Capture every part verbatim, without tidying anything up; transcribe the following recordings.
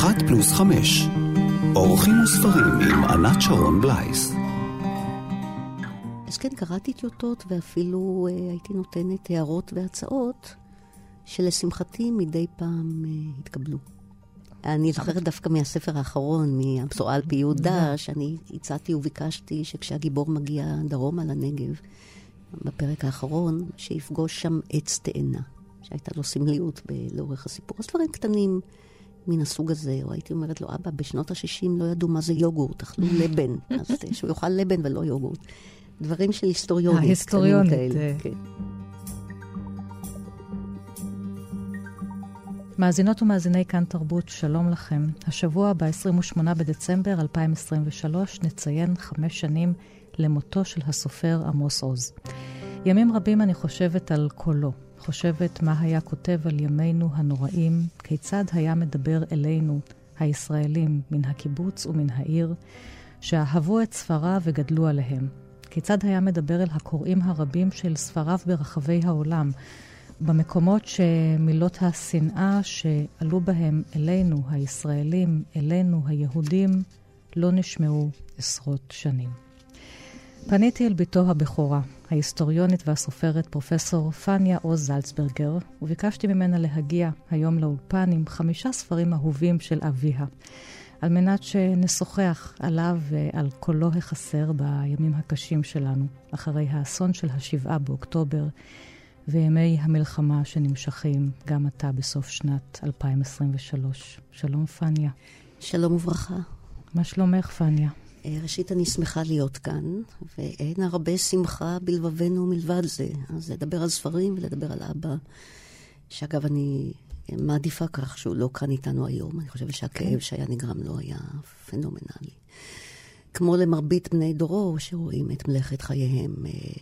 אחת פלוס חמש. אורחים וספרים עם ענת שרון בלייס. אז כן, קראתי טיוטות ואפילו אה, הייתי נותנת הערות והצעות שלשמחתי מדי פעם אה, התקבלו. אני זוכרת דווקא מהספר האחרון, מהבשורה על פי יהודה, שאני הצעתי וביקשתי שכשהגיבור מגיע דרומה לנגב, בפרק האחרון, שיפגוש שם עץ תאנה, שהייתה לו סמליות לאורך הסיפור. אז דברים קטנים מן הסוג הזה, או הייתי אומרת לו, אבא, בשנות ה-שישים לא ידעו מה זה יוגורט, אכלו לבן, אז שהוא יאכל לבן ולא יוגורט. דברים של היסטוריונית. ההיסטוריונית. כאלה, כן. מאזינות ומאזיני כאן תרבות, שלום לכם. השבוע ב-עשרים ושמונה בדצמבר אלפיים עשרים ושלוש נציין חמש שנים למותו של הסופר עמוס עוז. ימים רבים אני חושבת על קולו, חושבת מה היה כותב על ימינו הנוראים, כיצד היה מדבר אלינו, הישראלים, מן הקיבוץ ומן העיר, שאהבו את ספריו וגדלו עליהם. כיצד היה מדבר אל הקוראים הרבים של ספריו ברחבי העולם, במקומות שמילות השנאה שעלו בהם אלינו, הישראלים, אלינו, היהודים, לא נשמעו עשרות שנים. פניתי אל ביתו הבכורה, ההיסטוריונית והסופרת פרופסור פניה עוז זלצברגר, וביקשתי ממנה להגיע היום לאולפן עם חמישה ספרים אהובים של אביה, על מנת שנשוחח עליו ועל קולו החסר בימים הקשים שלנו, אחרי האסון של השבעה באוקטובר, וימי המלחמה שנמשכים גם עתה בסוף שנת אלפיים עשרים ושלוש. שלום פניה. שלום וברכה. מה שלומך פניה? ראשית, אני שמחה להיות כאן, ואין הרבה שמחה בלבבנו מלבד זה. אז לדבר על ספרים ולדבר על אבא, שאגב אני מעדיפה כך שהוא לא כאן איתנו היום. אני חושבת שהכאב שהיה נגרם לו היה פנומנלי. כמו למרבית בני דורו שרואים את מלאכת חייהם,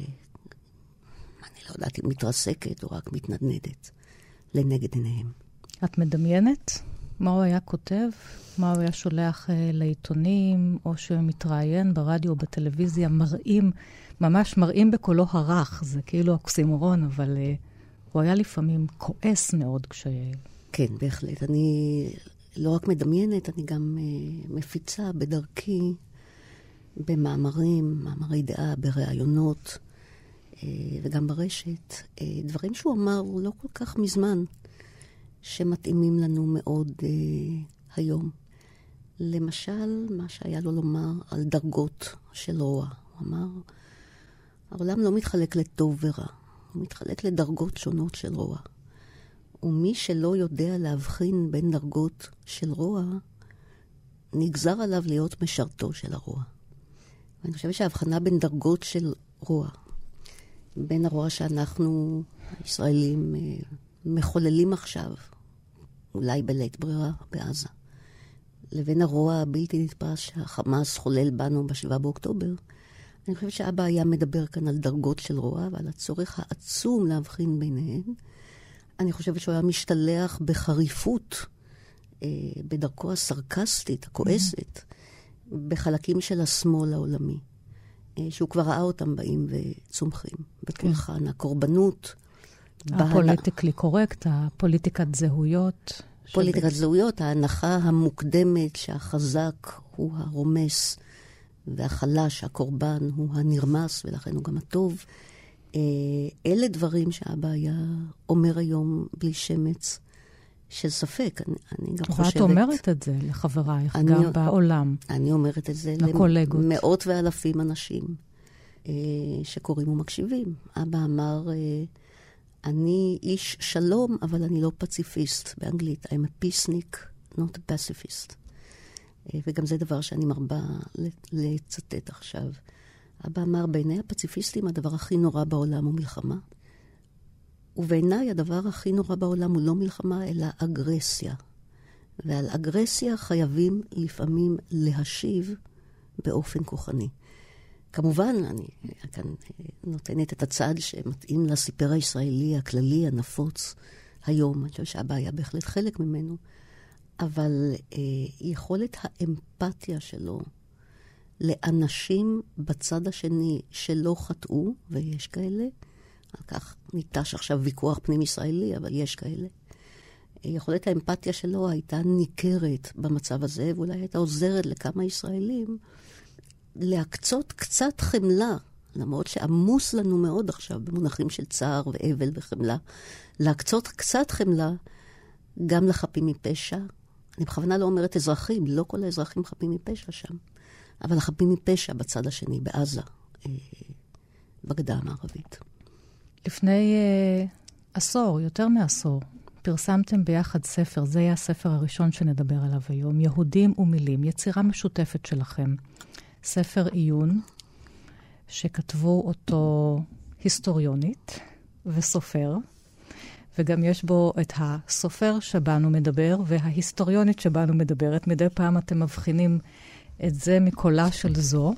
אני לא יודעת אם מתרסקת או רק מתנדנדת לנגד עיניהם. את מדמיינת? מה הוא היה כותב? מה הוא היה שולח uh, לעיתונים, או שמתראיין ברדיו או בטלוויזיה, מראים, ממש מראים בקולו הרך, זה כאילו אוקסימורון, אבל uh, הוא היה לפעמים כועס מאוד כש... כן, בהחלט. אני לא רק מדמיינת, אני גם uh, מפיצה בדרכי, במאמרים, מאמרי דעה, בראיונות, uh, וגם ברשת, uh, דברים שהוא אמר הוא לא כל כך מזמן, שמתאימים לנו מאוד uh, היום. למשל, מה שהיה לו לומר על דרגות של רוע. הוא אמר, העולם לא מתחלק לטוב ורע, הוא מתחלק לדרגות שונות של רוע. ומי שלא יודע להבחין בין דרגות של רוע, נגזר עליו להיות משרתו של הרוע. ואני חושבת שההבחנה בין דרגות של רוע, בין הרוע שאנחנו, הישראלים, uh, מחוללים עכשיו, אולי בלית ברירה בעזה, לבין הרוע הבלתי נתפס שהחמאס חולל בנו בשבעה באוקטובר, אני חושבת שאבא היה מדבר כאן על דרגות של רוע, ועל הצורך העצום להבחין ביניהן. אני חושבת שהוא היה משתלח בחריפות, אה, בדרכו הסרקסטית, הכועסת, mm-hmm. בחלקים של השמאל העולמי, אה, שהוא כבר ראה אותם באים וצומחים. בפולחן, הקורבנות, הפוליטיקלי קורקט, הפוליטיקת זהויות. פוליטיקת זהויות, ההנחה המוקדמת שהחזק הוא הרומס, והחלש, הקורבן, הוא הנרמס, ולכן הוא גם הטוב. אלה דברים שאבא היה אומר היום בלי שמץ של ספק. אני, אני גם חושבת... ואת אומרת את זה לחברייך, אני, גם בעולם. אני אומרת את זה לקולגות. למאות ואלפים אנשים שקוראים ומקשיבים. אבא אמר... אני איש שלום, אבל אני לא פציפיסט באנגלית. I'm a peacenik, not a pacifist. וגם זה דבר שאני מרבה לצטט עכשיו. אבא אמר, בעיני הפציפיסטים הדבר הכי נורא בעולם הוא מלחמה. ובעיניי הדבר הכי נורא בעולם הוא לא מלחמה, אלא אגרסיה. ועל אגרסיה חייבים לפעמים להשיב באופן כוחני. כמובן, אני כאן נותנת את הצד שמתאים לסיפר הישראלי הכללי, הנפוץ, היום. אני חושב שהבא היה בהחלט חלק ממנו. אבל אה, יכולת האמפתיה שלו לאנשים בצד השני שלא חטאו, ויש כאלה, על כך ניטש עכשיו ויכוח פנים ישראלי, אבל יש כאלה, יכולת האמפתיה שלו הייתה ניכרת במצב הזה, ואולי הייתה עוזרת לכמה ישראלים להקצות קצת חמלה, למרות שעמוס לנו מאוד עכשיו במונחים של צער ואבל וחמלה, להקצות קצת חמלה גם לחפים מפשע. אני בכוונה לא אומרת אזרחים, לא כל האזרחים חפים מפשע שם, אבל החפים מפשע בצד השני, בעזה, בגדה המערבית. לפני אה, עשור, יותר מעשור, פרסמתם ביחד ספר, זה היה הספר הראשון שנדבר עליו היום, יהודים ומילים, יצירה משותפת שלכם. ספר עיון, שכתבו אותו היסטוריונית וסופר, וגם יש בו את הסופר שבנו מדבר, וההיסטוריונית שבנו מדברת. מדי פעם אתם מבחינים את זה מקולה של זו,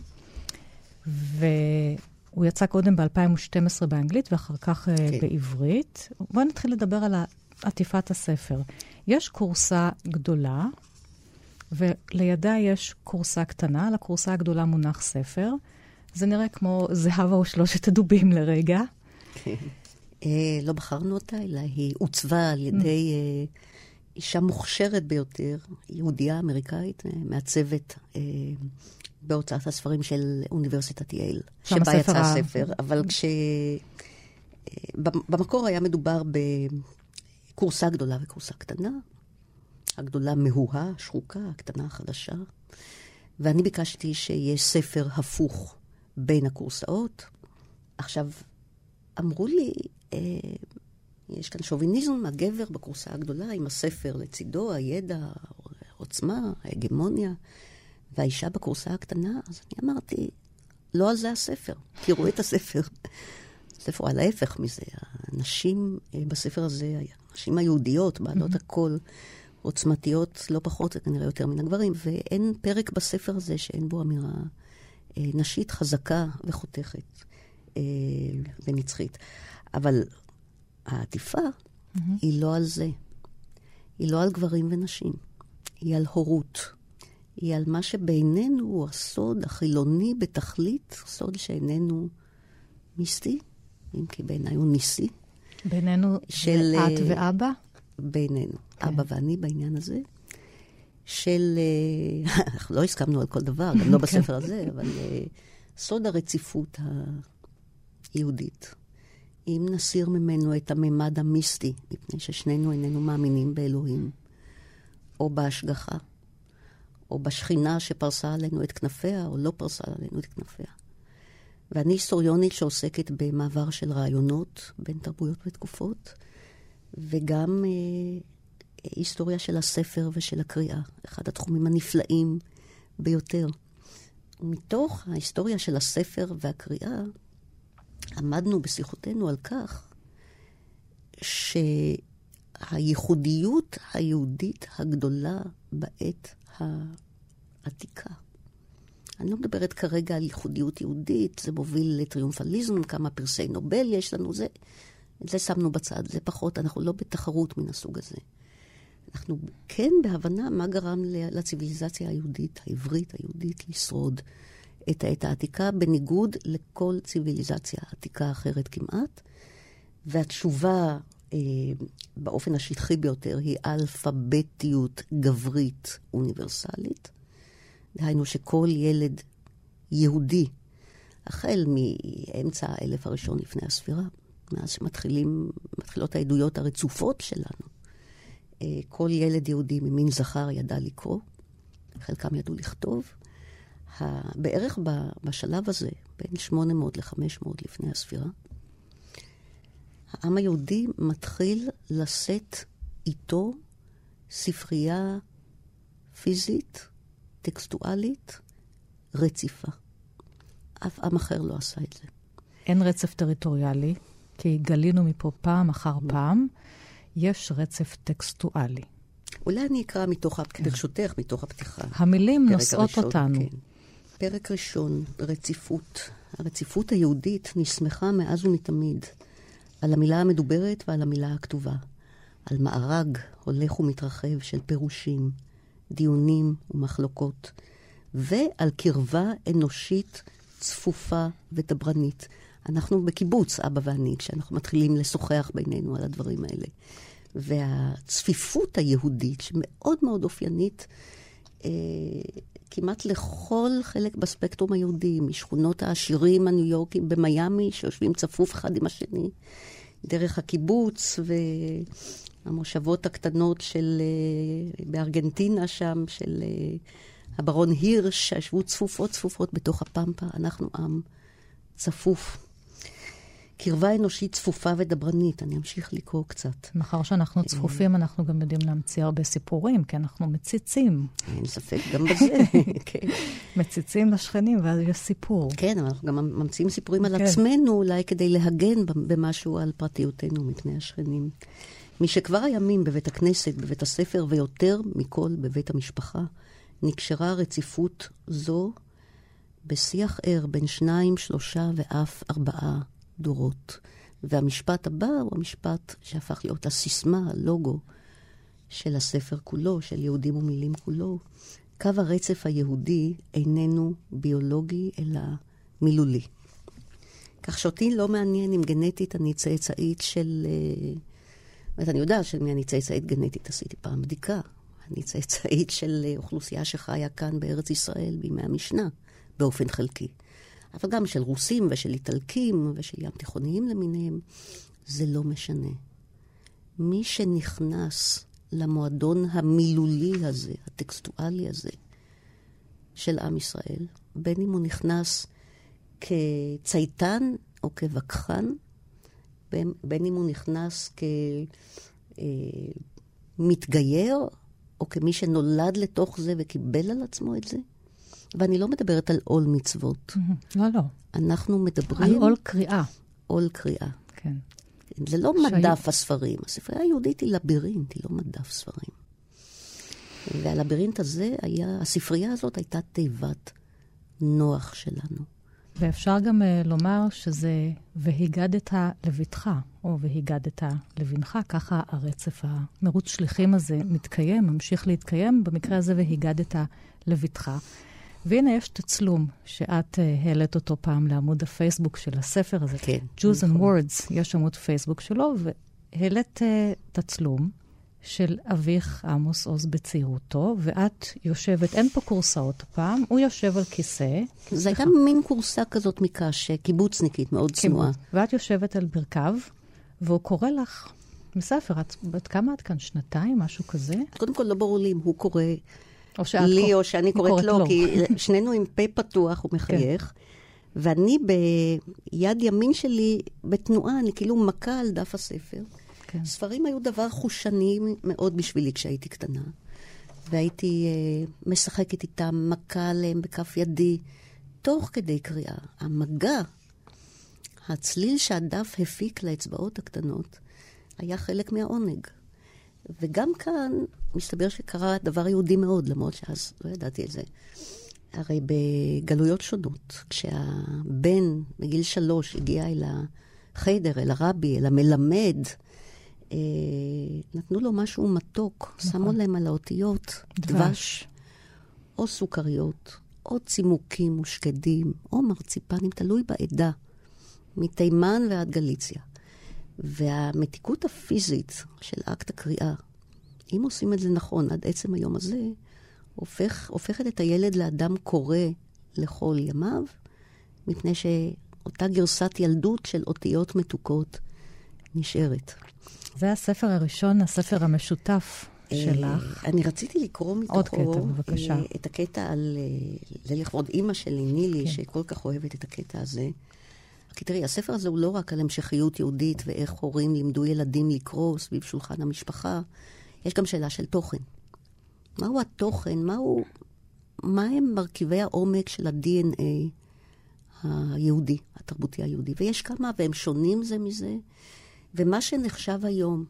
והוא יצא קודם ב-אלפיים ושתים עשרה באנגלית, ואחר כך כן. בעברית. בואו נתחיל לדבר על עטיפת הספר. יש קורסה גדולה, ולידה יש קורסה קטנה, על הקורסה הגדולה מונח ספר. זה נראה כמו זהבה ושלושת הדובים לרגע. כן. לא בחרנו אותה, אלא היא עוצבה על ידי אישה מוכשרת ביותר, יהודייה אמריקאית, מעצבת בהוצאת הספרים של אוניברסיטת יייל, שבה יצא הספר. אבל כש... במקור היה מדובר בקורסה גדולה וקורסה קטנה. הגדולה מהוהה, שחוקה, הקטנה חדשה. ואני ביקשתי שיש ספר הפוך בין הקורסאות. עכשיו, אמרו לי, אה, יש כאן שוביניזם, הגבר בקורסה הגדולה, עם הספר לצידו, הידע, העוצמה, ההגמוניה, והאישה בקורסה הקטנה, אז אני אמרתי, לא על זה הספר, תראו את הספר. הספר על ההפך מזה, הנשים אה, בספר הזה, הנשים היהודיות, בעלות mm-hmm. הכל, עוצמתיות לא פחות, כנראה יותר מן הגברים, ואין פרק בספר הזה שאין בו אמירה אה, נשית חזקה וחותכת. ונצחית. אבל העטיפה mm-hmm. היא לא על זה. היא לא על גברים ונשים. היא על הורות. היא על מה שבינינו הוא הסוד החילוני בתכלית, סוד שאיננו מיסטי, אם כי בעיניי הוא ניסי. בינינו של את ואבא? בינינו. כן. אבא ואני בעניין הזה. של... אנחנו לא הסכמנו על כל דבר, גם לא בספר הזה, אבל סוד הרציפות ה... יהודית. אם נסיר ממנו את הממד המיסטי, מפני ששנינו איננו מאמינים באלוהים, או בהשגחה, או בשכינה שפרסה עלינו את כנפיה, או לא פרסה עלינו את כנפיה. ואני היסטוריונית שעוסקת במעבר של רעיונות בין תרבויות ותקופות, וגם אה, היסטוריה של הספר ושל הקריאה, אחד התחומים הנפלאים ביותר. ומתוך ההיסטוריה של הספר והקריאה, עמדנו בשיחותינו על כך שהייחודיות היהודית הגדולה בעת העתיקה. אני לא מדברת כרגע על ייחודיות יהודית, זה מוביל לטריומפליזם, כמה פרסי נובל יש לנו, זה, את זה שמנו בצד, זה פחות, אנחנו לא בתחרות מן הסוג הזה. אנחנו כן בהבנה מה גרם לציביליזציה היהודית, העברית היהודית, לשרוד. את העת העתיקה, בניגוד לכל ציביליזציה עתיקה אחרת כמעט. והתשובה אה, באופן השטחי ביותר היא אלפביתיות גברית אוניברסלית. דהיינו שכל ילד יהודי, החל מאמצע האלף הראשון לפני הספירה, מאז שמתחילות העדויות הרצופות שלנו, אה, כל ילד יהודי ממין זכר ידע לקרוא, חלקם ידעו לכתוב, בערך בשלב הזה, בין שמונה מאות ל-חמש מאות לפני הספירה, העם היהודי מתחיל לשאת איתו ספרייה פיזית, טקסטואלית, רציפה. אף עם אחר לא עשה את זה. אין רצף טריטוריאלי, כי גלינו מפה פעם אחר פעם, יש רצף טקסטואלי. אולי אני אקרא מתוך, ברשותך, מתוך הפתיחה. המילים נושאות הראשון, אותנו. כן. פרק ראשון, רציפות. הרציפות היהודית נסמכה מאז ומתמיד על המילה המדוברת ועל המילה הכתובה. על מארג הולך ומתרחב של פירושים, דיונים ומחלוקות, ועל קרבה אנושית צפופה ודברנית. אנחנו בקיבוץ, אבא ואני, כשאנחנו מתחילים לשוחח בינינו על הדברים האלה. והצפיפות היהודית, שמאוד מאוד אופיינית, אה, כמעט לכל חלק בספקטרום היהודי, משכונות העשירים הניו יורקים במיימי, שיושבים צפוף אחד עם השני, דרך הקיבוץ והמושבות הקטנות של, אה, בארגנטינה שם, של אה, הברון הירש, שישבו צפופות צפופות בתוך הפמפה. אנחנו עם צפוף. קרבה אנושית צפופה ודברנית. אני אמשיך לקרוא קצת. מאחר שאנחנו צפופים, אנחנו גם יודעים להמציא הרבה סיפורים, כי אנחנו מציצים. אין ספק, גם בזה. כן. מציצים לשכנים, ואז יש סיפור. כן, אבל אנחנו גם ממציאים סיפורים על עצמנו, אולי כדי להגן במשהו על פרטיותנו מפני השכנים. משכבר הימים בבית הכנסת, בבית הספר, ויותר מכל בבית המשפחה, נקשרה רציפות זו בשיח ער בין שניים, שלושה ואף ארבעה דורות. והמשפט הבא הוא המשפט שהפך להיות הסיסמה, הלוגו של הספר כולו, של יהודים ומילים כולו. קו הרצף היהודי איננו ביולוגי, אלא מילולי. כך שאותי לא מעניין אם גנטית אני צאצאית של... זאת אני יודעת שמי אני צאצאית גנטית, עשיתי פעם בדיקה. אני צאצאית של אוכלוסייה שחיה כאן בארץ ישראל בימי המשנה, באופן חלקי. אבל גם של רוסים ושל איטלקים ושל ים תיכוניים למיניהם, זה לא משנה. מי שנכנס למועדון המילולי הזה, הטקסטואלי הזה, של עם ישראל, בין אם הוא נכנס כצייתן או כווכחן, בין, בין אם הוא נכנס כמתגייר, או כמי שנולד לתוך זה וקיבל על עצמו את זה, ואני לא מדברת על עול מצוות. לא, לא. אנחנו מדברים... על עול קריאה. עול קריאה. כן. זה לא מדף הספרים. הספרייה היהודית היא לבירינט, היא לא מדף ספרים. והלבירינט הזה היה, הספרייה הזאת הייתה תיבת נוח שלנו. ואפשר גם uh, לומר שזה והיגדת לביתך, או והיגדת לבנך, ככה הרצף המרוץ שליחים הזה מתקיים, ממשיך להתקיים, במקרה הזה והיגדת לביתך. והנה יש תצלום שאת uh, העלית אותו פעם לעמוד הפייסבוק של הספר הזה. כן. Jews and Words, יש עמוד פייסבוק שלו, והעלית uh, תצלום של אביך עמוס עוז בצעירותו, ואת יושבת, אין פה קורסאות הפעם, הוא יושב על כיסא. זה הייתה מין קורסה כזאת מקש, קיבוצניקית, מאוד צנועה. ואת יושבת על ברכיו, והוא קורא לך מספר, את בת כמה את כאן? שנתיים? משהו כזה? קודם כל לא ברור לי אם הוא קורא או לי קור... או שאני קוראת, קוראת לו, לו, כי שנינו עם פה פתוח ומחייך, כן. ואני ביד ימין שלי בתנועה, אני כאילו מכה על דף הספר. כן. ספרים היו דבר חושני מאוד בשבילי כשהייתי קטנה, והייתי אה, משחקת איתם, מכה עליהם בכף ידי, תוך כדי קריאה. המגע, הצליל שהדף הפיק לאצבעות הקטנות, היה חלק מהעונג. וגם כאן מסתבר שקרה דבר יהודי מאוד, למרות שאז לא ידעתי את זה. הרי בגלויות שונות, כשהבן בגיל שלוש הגיע אל החדר, אל הרבי, אל המלמד, אה, נתנו לו משהו מתוק, נכון. שמו להם על האותיות דבש, דבש או סוכריות, או צימוקים ושקדים, או מרציפנים, תלוי בעדה, מתימן ועד גליציה. והמתיקות הפיזית של אקט הקריאה, אם עושים את זה נכון עד עצם היום הזה, הופך, הופכת את הילד לאדם קורא לכל ימיו, מפני שאותה גרסת ילדות של אותיות מתוקות נשארת. זה הספר הראשון, הספר המשותף שלך. אני רציתי לקרוא מתוכו עוד קטע, בבקשה. את הקטע על זה לכבוד אימא שלי, נילי, שכל כך אוהבת את הקטע הזה. כי תראי, הספר הזה הוא לא רק על המשכיות יהודית ואיך הורים לימדו ילדים לקרוא סביב שולחן המשפחה, יש גם שאלה של תוכן. מהו התוכן? מהו, מה הם מרכיבי העומק של ה-די אן איי היהודי, התרבותי היהודי? ויש כמה, והם שונים זה מזה. ומה שנחשב היום,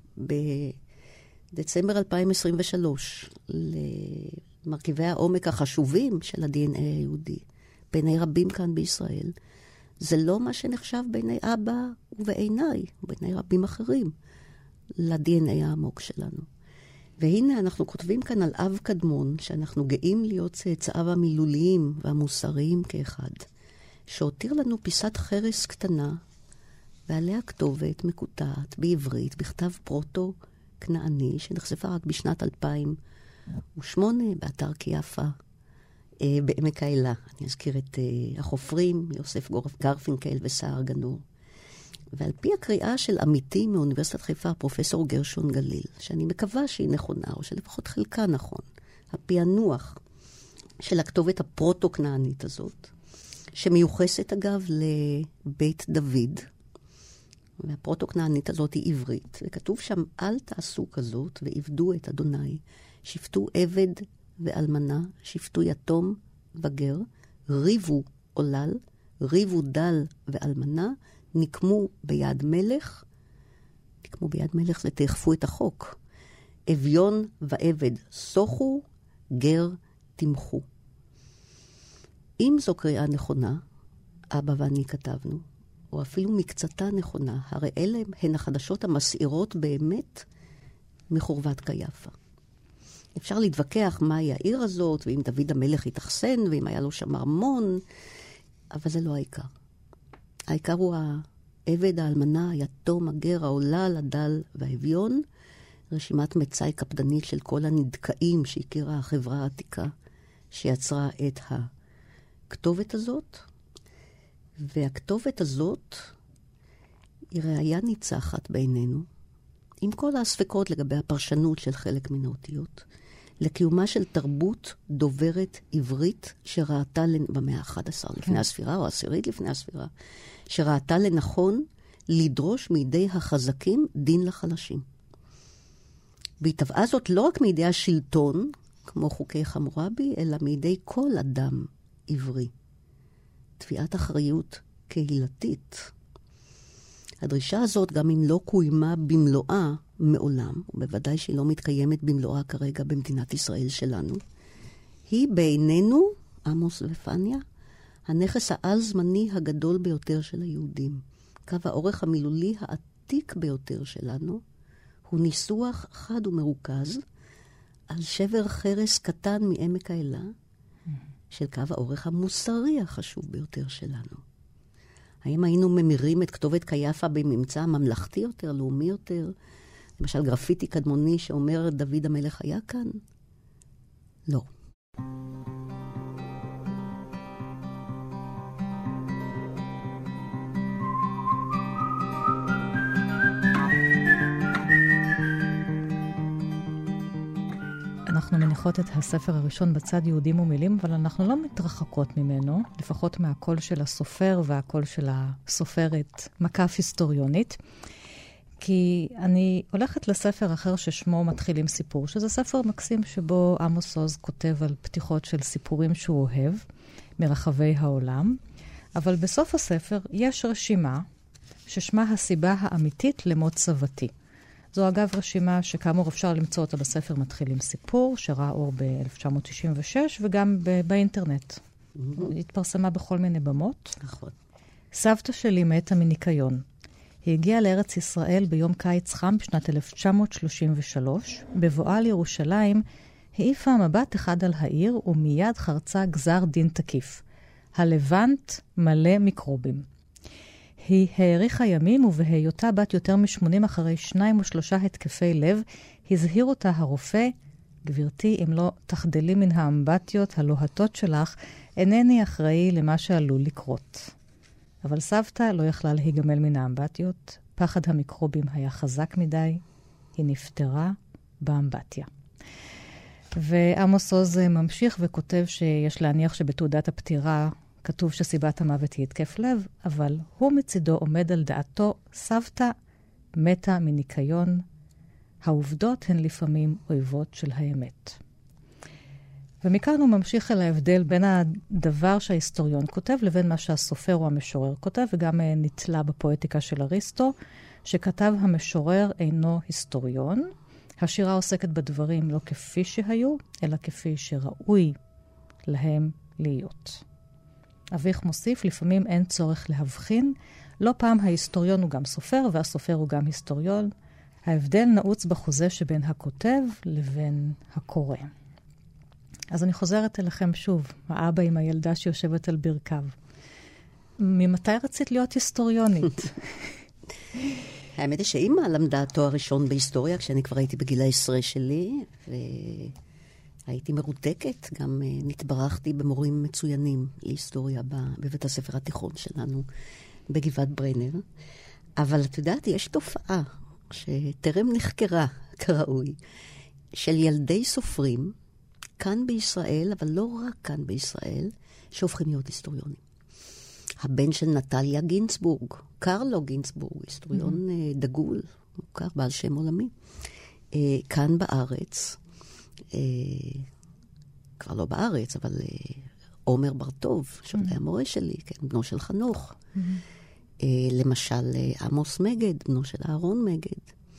בדצמבר אלפיים עשרים ושלוש, למרכיבי העומק החשובים של ה-די אן איי היהודי, בעיני רבים כאן בישראל, זה לא מה שנחשב בעיני אבא ובעיניי, בעיני רבים אחרים, ל-די אן איי העמוק שלנו. והנה אנחנו כותבים כאן על אב קדמון, שאנחנו גאים להיות צאצאיו המילוליים והמוסריים כאחד, שהותיר לנו פיסת חרס קטנה, ועליה כתובת מקוטעת בעברית, בכתב פרוטו כנעני, שנחשפה רק בשנת אלפיים ושמונה באתר קיאפה אה, בעמק האלה. אני אזכיר את אה, החופרים, יוסף גרפינקל וסער גנור. ועל פי הקריאה של עמיתי מאוניברסיטת חיפה, פרופסור גרשון גליל, שאני מקווה שהיא נכונה, או שלפחות חלקה נכון, הפענוח של הכתובת הפרוטו-כנענית הזאת, שמיוחסת אגב לבית דוד, והפרוטו-כנענית הזאת היא עברית, וכתוב שם, אל תעשו כזאת ועבדו את אדוני, שפטו עבד ואלמנה, שפטו יתום וגר, ריבו עולל, ריבו דל ואלמנה, נקמו ביד מלך, נקמו ביד מלך זה תאכפו את החוק, אביון ועבד סוחו, גר תמחו. אם זו קריאה נכונה, אבא ואני כתבנו, או אפילו מקצתה נכונה, הרי אלה הן החדשות המסעירות באמת מחורבת קיאפה. אפשר להתווכח מהי העיר הזאת, ואם דוד המלך התאכסן, ואם היה לו שם ארמון, אבל זה לא העיקר. העיקר הוא העבד, האלמנה, היתום, הגר, העולל, הדל והאביון, רשימת מצאי קפדנית של כל הנדכאים שהכירה החברה העתיקה, שיצרה את הכתובת הזאת. והכתובת הזאת היא ראיה ניצחת בינינו, עם כל הספקות לגבי הפרשנות של חלק מן האותיות, לקיומה של תרבות דוברת עברית שראתה במאה ה-אחת עשרה לפני הספירה, או עשירית לפני הספירה, שראתה לנכון לדרוש מידי החזקים דין לחלשים. והיא טבעה זאת לא רק מידי השלטון, כמו חוקי חמורבי, אלא מידי כל אדם עברי. תביעת אחריות קהילתית. הדרישה הזאת, גם אם לא קוימה במלואה מעולם, ובוודאי שהיא לא מתקיימת במלואה כרגע במדינת ישראל שלנו, היא בעינינו, עמוס ופניה, הנכס העל-זמני הגדול ביותר של היהודים. קו האורך המילולי העתיק ביותר שלנו, הוא ניסוח חד ומרוכז על שבר חרס קטן מעמק האלה, של קו האורך המוסרי החשוב ביותר שלנו. האם היינו ממירים את כתובת קיאפה בממצא ממלכתי יותר, לאומי יותר? למשל גרפיטי קדמוני שאומר דוד המלך היה כאן? לא. אנחנו מניחות את הספר הראשון בצד יהודים ומילים, אבל אנחנו לא מתרחקות ממנו, לפחות מהקול של הסופר והקול של הסופרת, מקף היסטוריונית, כי אני הולכת לספר אחר ששמו מתחילים סיפור, שזה ספר מקסים שבו עמוס עוז כותב על פתיחות של סיפורים שהוא אוהב מרחבי העולם, אבל בסוף הספר יש רשימה ששמה הסיבה האמיתית למות סבתי. זו אגב רשימה שכאמור אפשר למצוא אותה בספר מתחילים סיפור, שראה אור ב-אלף תשע מאות תשעים ושש, וגם ב- באינטרנט. Mm-hmm. היא התפרסמה בכל מיני במות. נכון. סבתא שלי מתה מניקיון. היא הגיעה לארץ ישראל ביום קיץ חם בשנת אלף תשע מאות שלושים ושלוש. בבואה לירושלים, העיפה מבט אחד על העיר, ומיד חרצה גזר דין תקיף. הלבנט מלא מיקרובים. היא האריכה ימים, ובהיותה בת יותר משמונים אחרי שניים או שלושה התקפי לב, הזהיר אותה הרופא, גברתי, אם לא תחדלי מן האמבטיות הלוהטות שלך, אינני אחראי למה שעלול לקרות. אבל סבתא לא יכלה להיגמל מן האמבטיות, פחד המיקרובים היה חזק מדי, היא נפטרה באמבטיה. ועמוס עוז ממשיך וכותב שיש להניח שבתעודת הפטירה כתוב שסיבת המוות היא התקף לב, אבל הוא מצידו עומד על דעתו, סבתא מתה מניקיון, העובדות הן לפעמים אויבות של האמת. ומכאן הוא ממשיך אל ההבדל בין הדבר שההיסטוריון כותב לבין מה שהסופר או המשורר כותב, וגם נתלה בפואטיקה של אריסטו, שכתב המשורר אינו היסטוריון. השירה עוסקת בדברים לא כפי שהיו, אלא כפי שראוי להם להיות. אביך מוסיף, לפעמים אין צורך להבחין, לא פעם ההיסטוריון הוא גם סופר, והסופר הוא גם היסטוריון. ההבדל נעוץ בחוזה שבין הכותב לבין הקורא. אז אני חוזרת אליכם שוב, האבא עם הילדה שיושבת על ברכיו. ממתי רצית להיות היסטוריונית? האמת היא שאמא למדה תואר ראשון בהיסטוריה, כשאני כבר הייתי בגיל העשרה שלי, והייתי מרותקת, גם נתברכתי במורים מצוינים להיסטוריה בבית הספר התיכון שלנו, בגבעת ברנר. אבל את יודעת, יש תופעה שטרם נחקרה כראוי, של ילדי סופרים, כאן בישראל, אבל לא רק כאן בישראל, שהופכים להיות היסטוריונים. הבן של נטליה גינסבורג, קרלו גינסבורג, היסטוריון mm-hmm. דגול, מוכר, בעל שם עולמי, כאן בארץ, כבר לא בארץ, אבל עומר בר-טוב, שעוד היה מורה שלי, כן, בנו של חנוך. Mm-hmm. למשל, עמוס מגד, בנו של אהרון מגד.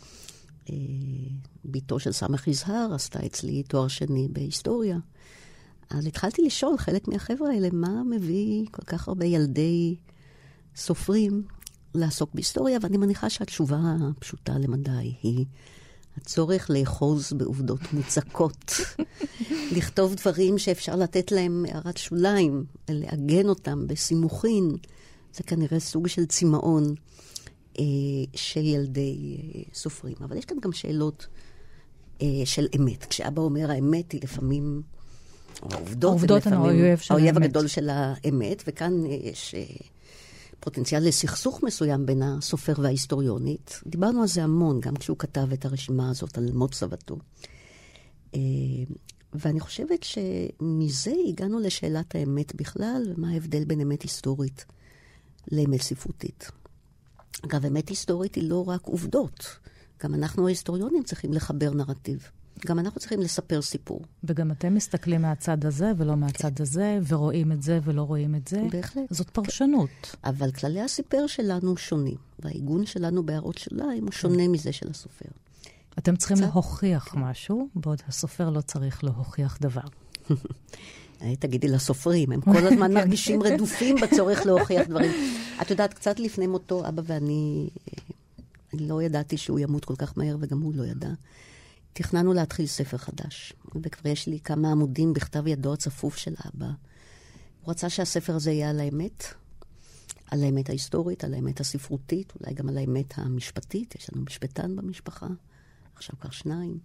ביתו של סמך יזהר עשתה אצלי תואר שני בהיסטוריה. אז התחלתי לשאול חלק מהחבר'ה האלה, מה מביא כל כך הרבה ילדי סופרים לעסוק בהיסטוריה, ואני מניחה שהתשובה הפשוטה למדי היא הצורך לאחוז בעובדות מוצקות, לכתוב דברים שאפשר לתת להם הערת שוליים, ולעגן אותם בסימוכין. זה כנראה סוג של צמאון אה, של ילדי אה, סופרים. אבל יש כאן גם שאלות אה, של אמת. כשאבא אומר האמת היא לפעמים, או העובדות, העובדות הן האויב של האמת. האויב הגדול של האמת, וכאן יש אה, פוטנציאל לסכסוך מסוים בין הסופר וההיסטוריונית. דיברנו על זה המון, גם כשהוא כתב את הרשימה הזאת על מות סבתו. אה, ואני חושבת שמזה הגענו לשאלת האמת בכלל, ומה ההבדל בין אמת היסטורית לאמת ספרותית. אגב, אמת היסטורית היא לא רק עובדות. גם אנחנו ההיסטוריונים צריכים לחבר נרטיב. גם אנחנו צריכים לספר סיפור. וגם אתם מסתכלים מהצד הזה ולא מהצד כן. הזה, ורואים את זה ולא רואים את זה. בהחלט. זאת פרשנות. כן. אבל כללי הסיפר שלנו שונים, והעיגון שלנו בהערות שוליים הוא שונה כן. מזה של הסופר. אתם צריכים קצת... להוכיח כן. משהו, בעוד הסופר לא צריך להוכיח דבר. תגידי לסופרים, הם כל הזמן מרגישים רדופים בצורך להוכיח דברים. את יודעת, קצת לפני מותו, אבא ואני, אני לא ידעתי שהוא ימות כל כך מהר, וגם הוא לא ידע. תכננו להתחיל ספר חדש, וכבר יש לי כמה עמודים בכתב ידו הצפוף של אבא. הוא רצה שהספר הזה יהיה על האמת, על האמת ההיסטורית, על האמת הספרותית, אולי גם על האמת המשפטית. יש לנו משפטן במשפחה, עכשיו כבר שניים.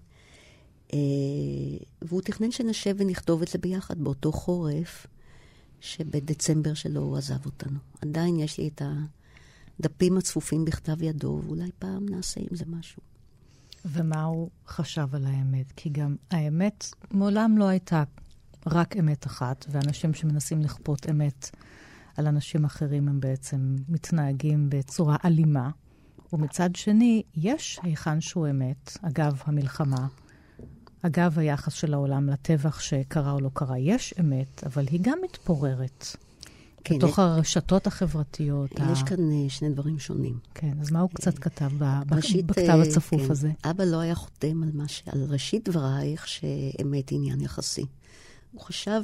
והוא תכנן שנשב ונכתוב את זה ביחד באותו חורף, שבדצמבר שלו הוא עזב אותנו. עדיין יש לי את הדפים הצפופים בכתב ידו, ואולי פעם נעשה עם זה משהו. ומה הוא חשב על האמת? כי גם האמת מעולם לא הייתה רק אמת אחת, ואנשים שמנסים לכפות אמת על אנשים אחרים הם בעצם מתנהגים בצורה אלימה. ומצד שני, יש היכן שהוא אמת, אגב המלחמה, אגב היחס של העולם לטבח שקרה או לא קרה, יש אמת, אבל היא גם מתפוררת. כן, בתוך זה... הרשתות החברתיות. יש ה... כאן שני דברים שונים. כן, אז מה הוא קצת כתב ב... ראשית, בכתב הצפוף כן, הזה? אבא לא היה חותם על, ש... על ראשית דברייך שאמת עניין יחסי. הוא חשב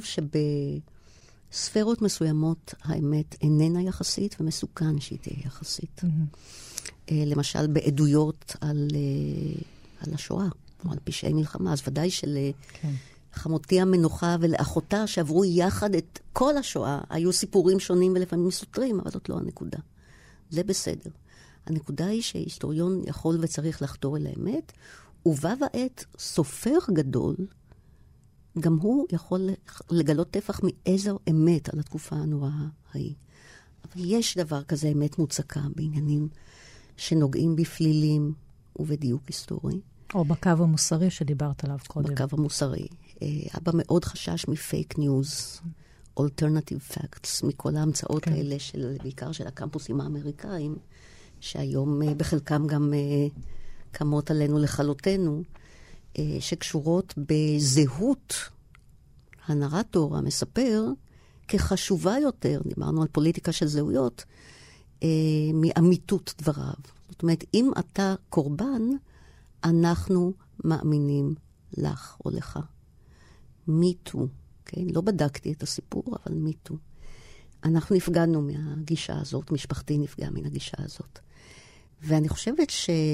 שבספרות מסוימות האמת איננה יחסית, ומסוכן שהיא תהיה יחסית. Mm-hmm. למשל, בעדויות על, על השואה. או על פשעי מלחמה, אז ודאי שלחמותי כן. המנוחה ולאחותה שעברו יחד את כל השואה, היו סיפורים שונים ולפעמים סותרים, אבל זאת לא הנקודה. זה בסדר. הנקודה היא שהיסטוריון יכול וצריך לחתור אל האמת, ובה ועת סופר גדול, גם הוא יכול לגלות טפח מאיזו אמת על התקופה הנוראה ההיא. אבל יש דבר כזה אמת מוצקה בעניינים שנוגעים בפלילים ובדיוק היסטורי. או בקו המוסרי שדיברת עליו קודם. בקו המוסרי. אבא מאוד חשש מפייק ניוז, אלטרנטיב פקטס, מכל ההמצאות כן. האלה, של, בעיקר של הקמפוסים האמריקאים, שהיום בחלקם גם קמות עלינו לכלותנו, שקשורות בזהות הנרטור, המספר, כחשובה יותר, דיברנו על פוליטיקה של זהויות, מאמיתות דבריו. זאת אומרת, אם אתה קורבן, אנחנו מאמינים לך או לך. מיטו, כן? לא בדקתי את הסיפור, אבל מיטו. אנחנו נפגענו מהגישה הזאת, משפחתי נפגעה מן הגישה הזאת. ואני חושבת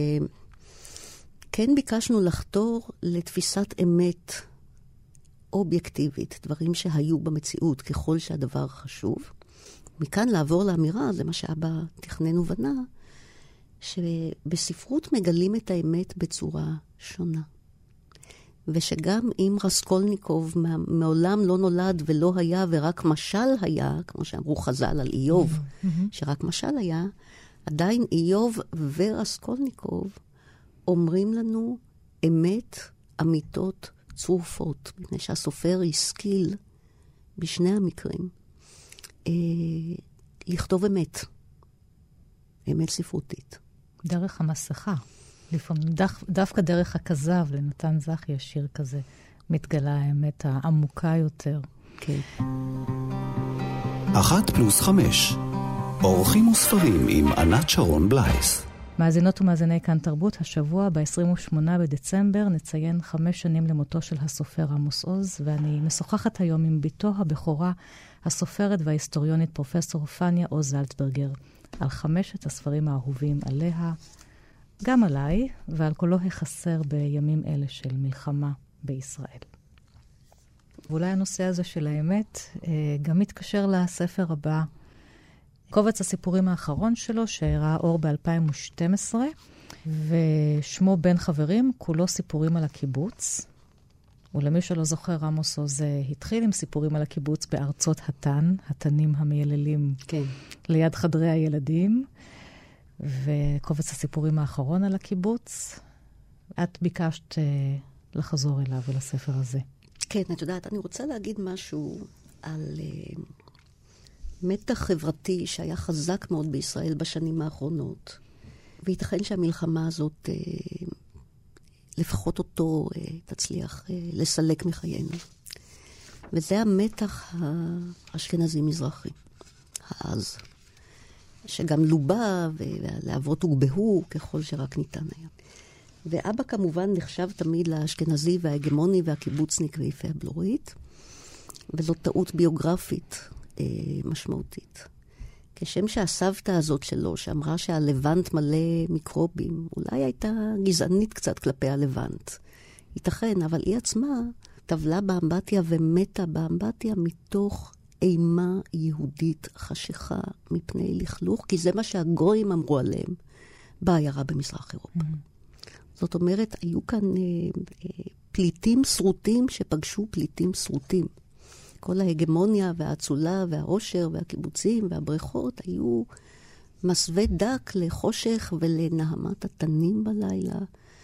שכן ביקשנו לחתור לתפיסת אמת אובייקטיבית, דברים שהיו במציאות ככל שהדבר חשוב. מכאן לעבור לאמירה, זה מה שאבא תכנן ובנה, שבספרות מגלים את האמת בצורה שונה. ושגם אם רסקולניקוב מעולם לא נולד ולא היה ורק משל היה, כמו שאמרו חז"ל על איוב, שרק משל היה, עדיין איוב ורסקולניקוב אומרים לנו אמת, אמיתות, צרופות, מפני שהסופר השכיל בשני המקרים אה, לכתוב אמת, אמת ספרותית. דרך המסכה. לפעמים דו, דווקא דרך הכזב, לנתן זך יש שיר כזה, מתגלה האמת העמוקה יותר. כן. אחת פלוס חמש. אורחים וספרים עם ענת שרון בלייס. מאזינות ומאזיני כאן תרבות, השבוע ב-עשרים ושמונה בדצמבר נציין חמש שנים למותו של הסופר עמוס עוז, ואני משוחחת היום עם ביתו הבכורה, הסופרת וההיסטוריונית פרופסור פניה עוז זלצברגר, על חמשת הספרים האהובים עליה, גם עליי, ועל קולו החסר בימים אלה של מלחמה בישראל. ואולי הנושא הזה של האמת גם מתקשר לספר הבא, קובץ הסיפורים האחרון שלו, שהראה אור ב-אלפיים ושתים עשרה, ושמו בין חברים, כולו סיפורים על הקיבוץ. ולמי שלא זוכר, עמוס עוז התחיל עם סיפורים על הקיבוץ בארצות התן, התנים המייללים, כן. ליד חדרי הילדים, וקובץ הסיפורים האחרון על הקיבוץ. את ביקשת uh, לחזור אליו ולספר הזה. כן, את יודעת, אני רוצה להגיד משהו על uh, מתח חברתי שהיה חזק מאוד בישראל בשנים האחרונות, וייתכן שהמלחמה הזאת, uh, לפחות אותו, uh, תצליח uh, לסלק מחיינו. וזה המתח האשכנזי-מזרחי, העז. שגם לובה והלהבות הוגבהו ככל שרק ניתן היה. ואבא כמובן נחשב תמיד לאשכנזי וההגמוני והקיבוצניק ויפה הבלורית, וזו טעות ביוגרפית אה, משמעותית. כשם שהסבתא הזאת שלו, שאמרה שהלבנט מלא מיקרובים, אולי הייתה גזענית קצת כלפי הלבנט. ייתכן, אבל היא עצמה טבלה באמבטיה ומתה באמבטיה מתוך אימה יהודית חשיכה מפני לכלוך, כי זה מה שהגויים אמרו עליהם בעיירה במזרח אירופה. Mm-hmm. זאת אומרת, היו כאן אה, אה, פליטים סרוטים שפגשו פליטים סרוטים. כל ההגמוניה והאצולה והעושר והקיבוצים והבריכות היו מסווה דק לחושך ולנהמת התנים בלילה,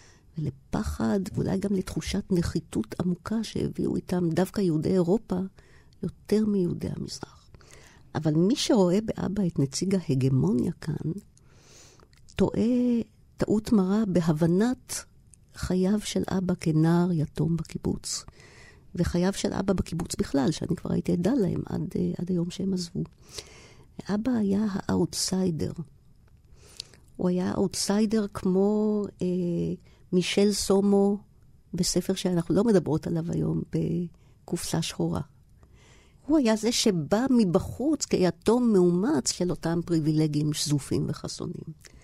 ולפחד, ואולי גם לתחושת נחיתות עמוקה שהביאו איתם דווקא יהודי אירופה, יותר מיהודי המזרח. אבל מי שרואה באבא את נציג ההגמוניה כאן, טועה טעות מרה בהבנת חייו של אבא כנער יתום בקיבוץ, וחייו של אבא בקיבוץ בכלל, שאני כבר הייתי עדה להם עד, עד היום שהם עזבו. אבא היה האוטסיידר. הוא היה האוטסיידר כמו אה, מישל סומו בספר שאנחנו לא מדברות עליו היום, בקופסה שחורה. הוא היה זה שבא מבחוץ כיתום מאומץ של אותם פריבילגים שזופים וחסונים.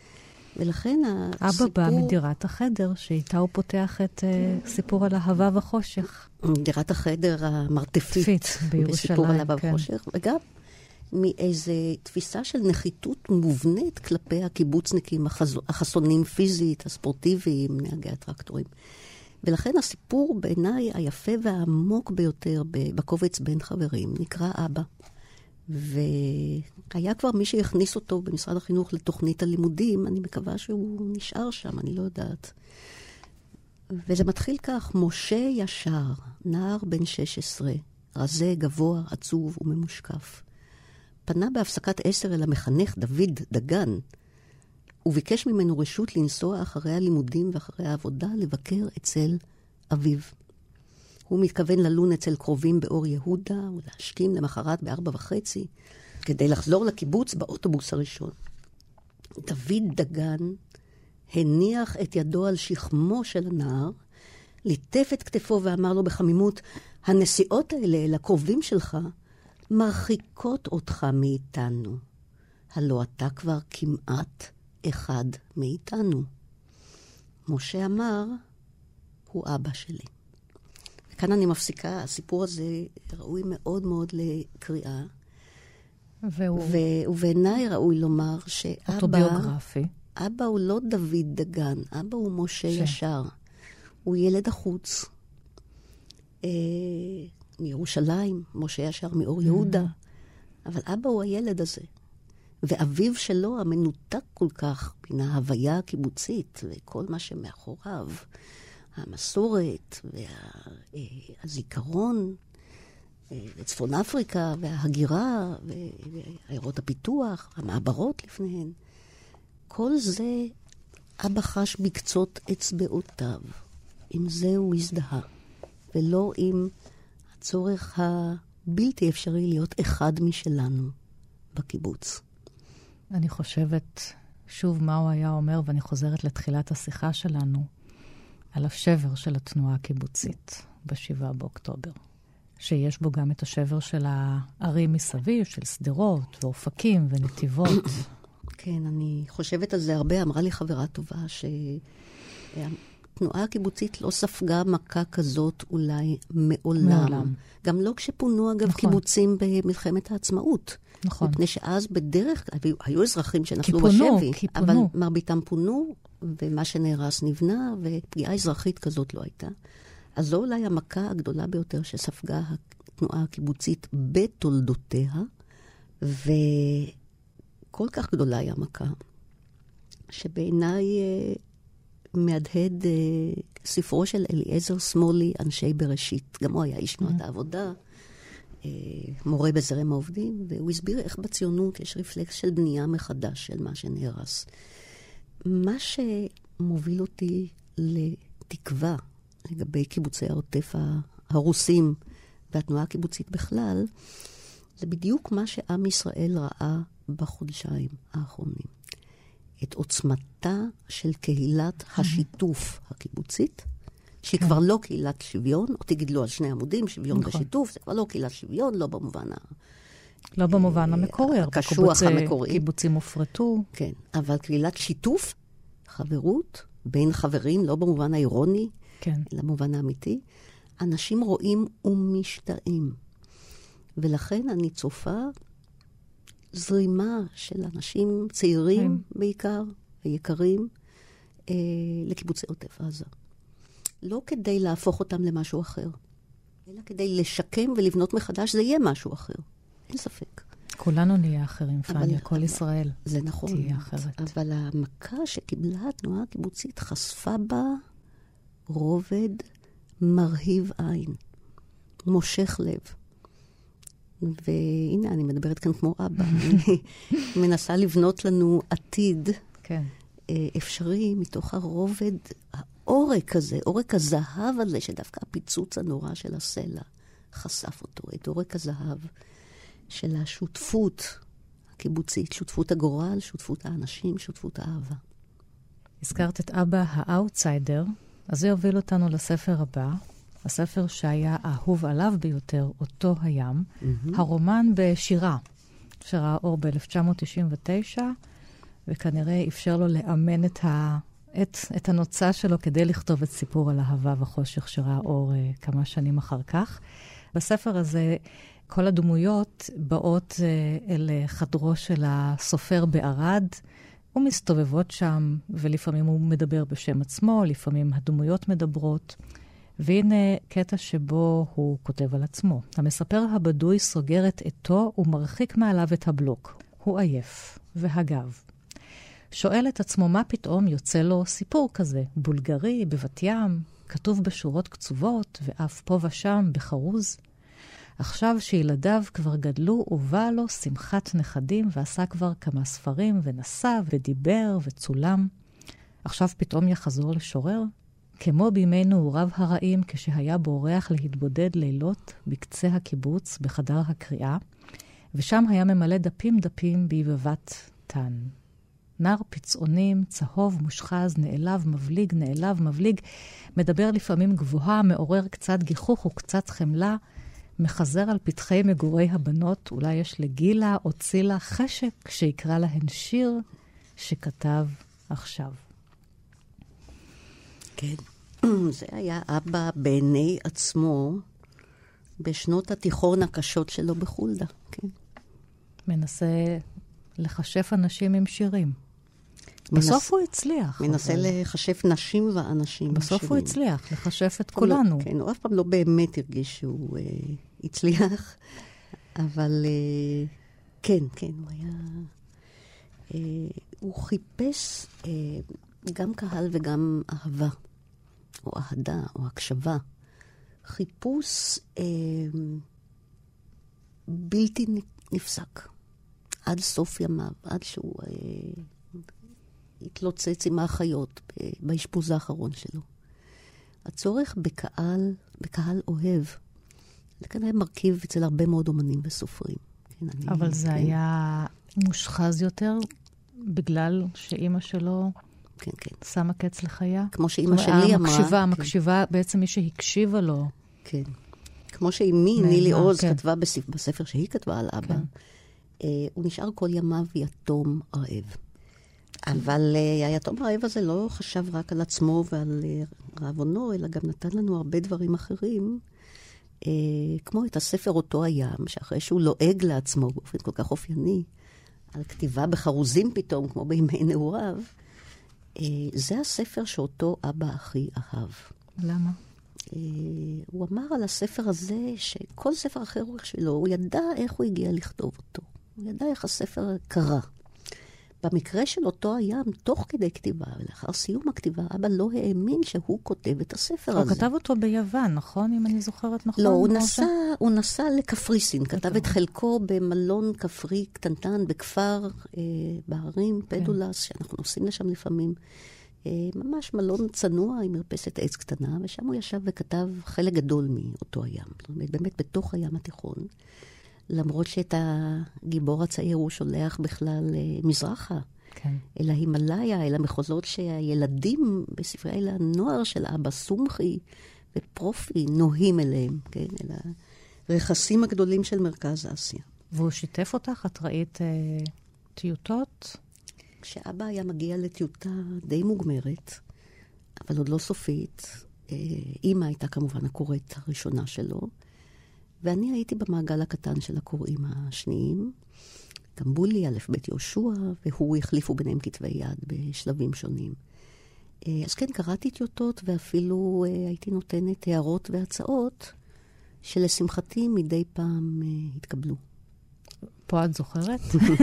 ולכן הסיפור... אבא בא מדירת החדר, שאיתה הוא פותח את uh, סיפור על אהבה וחושך. דירת החדר המרתפית בירושלים, בסיפור על אהבה כן. וחושך, וגם מאיזו תפיסה של נחיתות מובנית כלפי הקיבוצניקים החז... החסונים פיזית, הספורטיביים, נהגי הטרקטורים. ולכן הסיפור בעיניי היפה והעמוק ביותר בקובץ בין חברים נקרא אבא. והיה כבר מי שהכניס אותו במשרד החינוך לתוכנית הלימודים, אני מקווה שהוא נשאר שם, אני לא יודעת. וזה מתחיל כך, משה ישר, נער בן שש עשרה, רזה, גבוה, עצוב וממושקף. פנה בהפסקת עשר אל המחנך דוד דגן, וביקש ממנו רשות לנסוע אחרי הלימודים ואחרי העבודה לבקר אצל אביו. הוא מתכוון ללון אצל קרובים באור יהודה, ולהשכים למחרת בארבע וחצי, כדי לחזור לקיבוץ באוטובוס הראשון. דוד דגן הניח את ידו על שכמו של הנער, ליטף את כתפו ואמר לו בחמימות, הנסיעות האלה לקרובים שלך מרחיקות אותך מאיתנו. הלא אתה כבר כמעט אחד מאיתנו. משה אמר, הוא אבא שלי. כאן אני מפסיקה, הסיפור הזה ראוי מאוד מאוד לקריאה. והוא... ו... ובעיניי ראוי לומר שאבא... אוטוביוגרפי. אבא הוא לא דוד דגן, אבא הוא משה ש... ישר. הוא ילד החוץ. אה, מירושלים, משה ישר מאור יהודה. Mm-hmm. אבל אבא הוא הילד הזה. ואביו שלו המנותק כל כך מן ההוויה הקיבוצית וכל מה שמאחוריו, המסורת והזיכרון וצפון אפריקה וההגירה ועיירות הפיתוח, המעברות לפניהן. כל זה אבא חש בקצות אצבעותיו. עם זה הוא הזדהה, ולא עם הצורך הבלתי אפשרי להיות אחד משלנו בקיבוץ. אני חושבת שוב מה הוא היה אומר, ואני חוזרת לתחילת השיחה שלנו, על השבר של התנועה הקיבוצית בשבעה באוקטובר. שיש בו גם את השבר של הערים מסביב, של סדרות ואופקים ונתיבות. כן, אני חושבת על זה הרבה. אמרה לי חברה טובה שהתנועה הקיבוצית לא ספגה מכה כזאת אולי מעולם. מעולם. גם לא כשפונו אגב נכון. קיבוצים במלחמת העצמאות. נכון. מפני שאז בדרך כלל, היו, היו אזרחים שנפלו בשבי, אבל מרביתם פונו, ומה שנהרס נבנה, ופגיעה אזרחית כזאת לא הייתה. אז זו אולי המכה הגדולה ביותר שספגה התנועה הקיבוצית בתולדותיה, וכל כך גדולה היא המכה, שבעיניי אה, מהדהד אה, ספרו של אליעזר שמאלי, אנשי בראשית. גם הוא היה איש תנועת העבודה, אה, מורה בזרם העובדים, והוא הסביר איך בציונות יש רפלקס של בנייה מחדש של מה שנהרס. מה שמוביל אותי לתקווה, לגבי קיבוצי העוטף הרוסים והתנועה הקיבוצית בכלל, זה בדיוק מה שעם ישראל ראה בחודשיים האחרונים. את עוצמתה של קהילת השיתוף הקיבוצית, שהיא כבר לא קהילת שוויון, או תגידלו על שני עמודים, שוויון ושיתוף, זה כבר לא קהילת שוויון, לא במובן ה... לא במובן המקורי, הקשוח המקורי. קיבוצים הופרטו. כן, אבל קהילת שיתוף, חברות, בין חברים, לא במובן האירוני, כן. למובן האמיתי, אנשים רואים ומשתאים. ולכן אני צופה זרימה של אנשים צעירים כן. בעיקר, ויקרים, אה, לקיבוצי עוטף עזה. לא כדי להפוך אותם למשהו אחר, אלא כדי לשקם ולבנות מחדש, זה יהיה משהו אחר. אין ספק. כולנו נהיה אחרים, פניה, כל ישראל. זה נכון. תהיה אחרת. אבל המכה שקיבלה התנועה הקיבוצית חשפה בה רובד מרהיב עין, מושך לב. והנה, אני מדברת כאן כמו אבא. אני מנסה לבנות לנו עתיד כן. אפשרי מתוך הרובד, העורק הזה, עורק הזהב הזה, שדווקא הפיצוץ הנורא של הסלע חשף אותו, את עורק הזהב של השותפות הקיבוצית, שותפות הגורל, שותפות האנשים, שותפות האהבה. הזכרת את אבא האוטסיידר, אז זה יוביל אותנו לספר הבא, הספר שהיה האהוב עליו ביותר, אותו הים, mm-hmm. הרומן בשירה, שראה אור ב-אלף תשע מאות תשעים ותשע, וכנראה אפשר לו לאמן את, ה... את, את הנוצה שלו כדי לכתוב את סיפור על אהבה וחושך שראה אור uh, כמה שנים אחר כך. בספר הזה כל הדמויות באות uh, אל חדרו של הסופר בערד, ומסתובבות שם, ולפעמים הוא מדבר בשם עצמו, לפעמים הדמויות מדברות. והנה קטע שבו הוא כותב על עצמו. המספר הבדוי סוגר את עתו ומרחיק מעליו את הבלוק. הוא עייף והגב. שואל את עצמו מה פתאום יוצא לו סיפור כזה, בולגרי, בבת ים, כתוב בשורות קצובות ואף פה ושם בחרוז. עכשיו שילדיו כבר גדלו ובא לו שמחת נכדים ועשה כבר כמה ספרים ונסע ודיבר וצולם. עכשיו פתאום יחזור לשורר? כמו בימי נעוריו הרעים כשהיה בורח להתבודד לילות בקצה הקיבוץ בחדר הקריאה, ושם היה ממלא דפים דפים ביבבת תן. נר פצעונים, צהוב, מושחז, נעלב, מבליג, נעלב, מבליג, מדבר לפעמים גבוהה, מעורר קצת גיחוך וקצת חמלה, מחזר על פתחי מגורי הבנות, אולי יש לגילה או צילה חשק שיקרא להן שיר שכתב עכשיו. כן, זה היה אבא בעיני עצמו בשנות התיכון הקשות שלו בחולדה, כן. מנסה לחשף אנשים עם שירים. בסוף הוא הצליח. מנסה לחשף נשים ואנשים. בסוף הוא הצליח, לחשף את כולנו. כן, הוא אף פעם לא באמת הרגיש שהוא הצליח, אבל כן, כן, הוא היה... הוא חיפש גם קהל וגם אהבה, או אהדה, או הקשבה. חיפוש בלתי נפסק. עד סוף ימיו, עד שהוא אה, התלוצץ עם האחיות באשפוז האחרון שלו. הצורך בקהל, בקהל אוהב, זה כנראה מרכיב אצל הרבה מאוד אומנים וסופרים. כן, אני, אבל זה כן. היה מושחז יותר בגלל שאימא שלו כן, כן. שמה קץ לחיה? כמו שאימא שלי אמרה. המקשיבה, המקשיבה, כן. בעצם מי שהקשיבה לו. כן. כמו שאימי, נילי עוז, כן. כתבה בספר שהיא כתבה על אבא. כן. Uh, הוא נשאר כל ימיו יתום רעב. אבל uh, היתום רעב הזה לא חשב רק על עצמו ועל uh, רעבונו, אלא גם נתן לנו הרבה דברים אחרים, uh, כמו את הספר אותו הים, שאחרי שהוא לועג לעצמו באופן כל כך אופייני, על כתיבה בחרוזים פתאום, כמו בימי נעוריו, uh, זה הספר שאותו אבא הכי אהב. למה? Uh, הוא אמר על הספר הזה שכל ספר אחר שלו, הוא ידע איך הוא הגיע לכתוב אותו. הוא ידע איך הספר קרה. במקרה של אותו הים, תוך כדי כתיבה, ולאחר סיום הכתיבה, אבא לא האמין שהוא כותב את הספר הזה. הוא כתב אותו ביוון, נכון? אם אני זוכרת נכון? לא, הוא נסע, הוא נסע לקפריסין, כתב את חלקו במלון כפרי קטנטן, בכפר, אה, בערים, פדולס, שאנחנו נוסעים לשם לפעמים. אה, ממש מלון צנוע עם מרפסת עץ קטנה, ושם הוא ישב וכתב חלק גדול מאותו הים. זאת אומרת, באמת בתוך הים התיכון. למרות שאת הגיבור הצעיר הוא שולח בכלל מזרחה, כן. אל ההימלאיה, אל המחוזות שהילדים בספרי הנוער של אבא סומכי ופרופי נוהים אליהם, כן? אל הרכסים הגדולים של מרכז אסיה. והוא שיתף אותך? את ראית אה, טיוטות? כשאבא היה מגיע לטיוטה די מוגמרת, אבל עוד לא סופית, אה, אמא הייתה כמובן הקוראת הראשונה שלו, ואני הייתי במעגל הקטן של הקוראים השניים, גם בולי, א' בית יהושע, והוא החליפו ביניהם כתבי יד בשלבים שונים. אז כן, קראתי טיוטות, ואפילו הייתי נותנת הערות והצעות, שלשמחתי מדי פעם התקבלו. פה את זוכרת?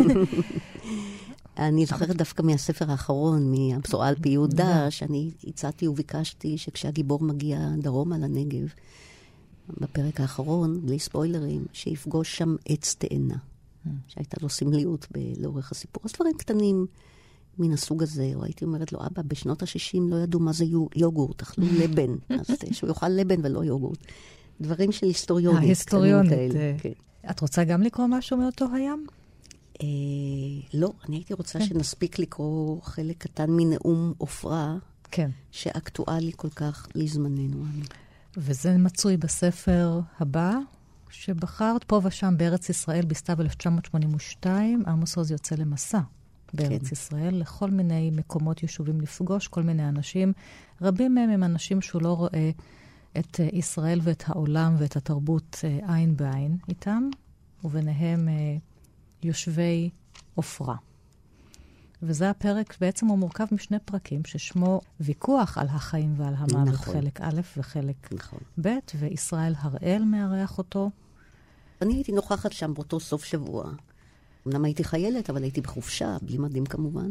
אני זוכרת דווקא מהספר האחרון, מהבשורה על פי יהודה, שאני הצעתי וביקשתי שכשהגיבור מגיע דרומה לנגב, בפרק האחרון, בלי ספוילרים, שיפגוש שם עץ תאנה, שהייתה לו סמליות לאורך הסיפור. אז דברים קטנים מן הסוג הזה, או הייתי אומרת לו, אבא, בשנות ה-שישים לא ידעו מה זה יוגורט, אכלו לבן, אז שהוא יאכל לבן ולא יוגורט. דברים של היסטוריונית. ההיסטוריונית. את רוצה גם לקרוא משהו מאותו הים? לא, אני הייתי רוצה שנספיק לקרוא חלק קטן מנאום עופרה, שאקטואלי כל כך לזמננו. וזה מצוי בספר הבא, שבחרת פה ושם בארץ ישראל, בסתיו אלף תשע מאות שמונים ושתיים, עמוס עוז יוצא למסע בארץ כן. ישראל, לכל מיני מקומות יישובים לפגוש, כל מיני אנשים. רבים מהם הם אנשים שהוא לא רואה את ישראל ואת העולם ואת התרבות עין בעין איתם, וביניהם יושבי עופרה. וזה הפרק, בעצם הוא מורכב משני פרקים, ששמו ויכוח על החיים ועל המוות, נכון. חלק א' וחלק נכון. ב', וישראל הראל מארח אותו. אני הייתי נוכחת שם באותו סוף שבוע. אמנם הייתי חיילת, אבל הייתי בחופשה, בלי מדים כמובן.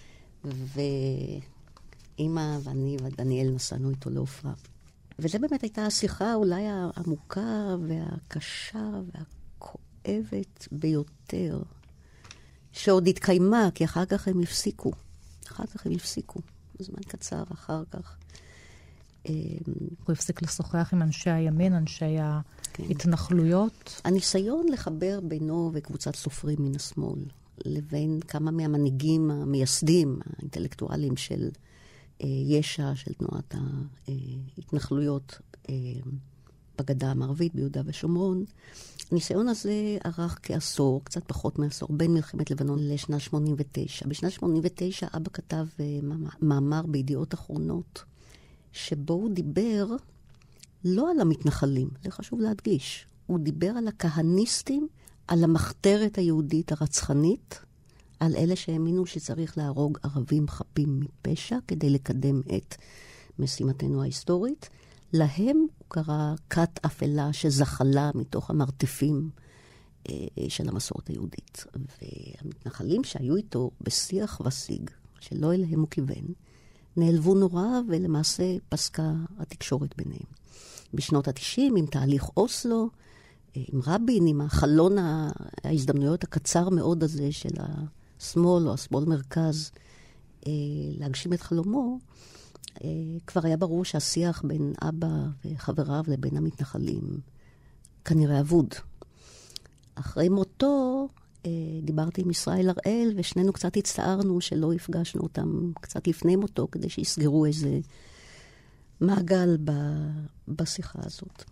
ואמא ואני ודניאל נסענו איתו לעופרה. וזה באמת הייתה השיחה אולי העמוקה והקשה והכואבת ביותר. שעוד התקיימה, כי אחר כך הם הפסיקו. אחר כך הם הפסיקו. בזמן קצר אחר כך. הוא הפסיק לשוחח עם אנשי הימין, אנשי ההתנחלויות. הניסיון לחבר בינו וקבוצת סופרים מן השמאל, לבין כמה מהמנהיגים המייסדים, האינטלקטואלים של יש"ע, של תנועת ההתנחלויות בגדה המערבית, ביהודה ושומרון. הניסיון הזה ארך כעשור, קצת פחות מעשור, בין מלחמת לבנון לשנת שמונים ותשע. בשנת שמונים ותשע אבא כתב מאמר בידיעות אחרונות, שבו הוא דיבר לא על המתנחלים, זה חשוב להדגיש. הוא דיבר על הכהניסטים, על המחתרת היהודית הרצחנית, על אלה שהאמינו שצריך להרוג ערבים חפים מפשע כדי לקדם את משימתנו ההיסטורית. להם הוא קרא כת אפלה שזחלה מתוך המרתפים אה, של המסורת היהודית. והמתנחלים שהיו איתו בשיח ושיג, שלא אליהם הוא כיוון, נעלבו נורא ולמעשה פסקה התקשורת ביניהם. בשנות ה-תשעים, עם תהליך אוסלו, עם רבין, עם החלון ההזדמנויות הקצר מאוד הזה של השמאל או השמאל מרכז, להגשים את חלומו, כבר היה ברור שהשיח בין אבא וחבריו לבין המתנחלים כנראה אבוד. אחרי מותו דיברתי עם ישראל הראל, ושנינו קצת הצטערנו שלא הפגשנו אותם קצת לפני מותו, כדי שיסגרו איזה מעגל בשיחה הזאת.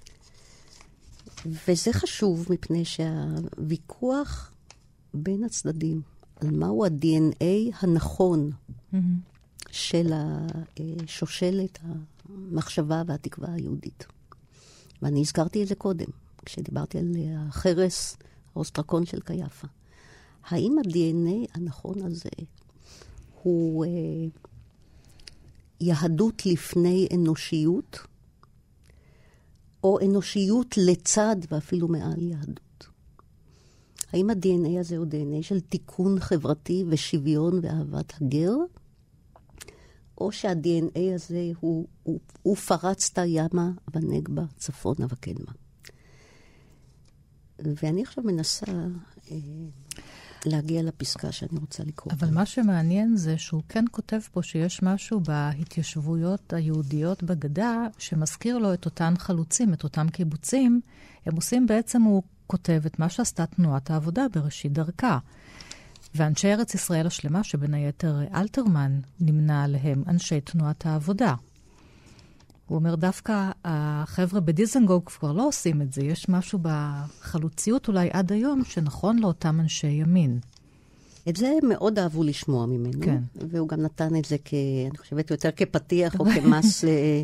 וזה חשוב מפני שהוויכוח בין הצדדים על מהו ה-די אן איי הנכון mm-hmm. של השושלת, המחשבה והתקווה היהודית. ואני הזכרתי את זה קודם, כשדיברתי על החרס, האוסטרקון של קייפה. האם ה-די אן איי הנכון הזה הוא אה, יהדות לפני אנושיות, או אנושיות לצד ואפילו מעל יהדות? האם ה-די אן איי הזה הוא די אן איי של תיקון חברתי ושוויון ואהבת הגר, או שה-די אן איי הזה הוא, הוא, הוא פרצת ימה ונגבה צפונה וקדמה? ואני עכשיו מנסה אה, להגיע לפסקה שאני רוצה לקרוא. אבל מה שמעניין זה שהוא כן כותב פה שיש משהו בהתיישבויות היהודיות בגדה, שמזכיר לו את אותן חלוצים, את אותם קיבוצים. הם עושים בעצם, הוא כותב את מה שעשתה תנועת העבודה בראשית דרכה. ואנשי ארץ ישראל השלמה, שבין היתר אלתרמן נמנה עליהם, אנשי תנועת העבודה. הוא אומר, דווקא החבר'ה בדיזנגוג כבר לא עושים את זה. יש משהו בחלוציות אולי עד היום שנכון לאותם אנשי ימין. את זה מאוד אהבו לשמוע ממנו. כן. והוא גם נתן את זה, כ, אני חושבת, יותר כפתיח או כמס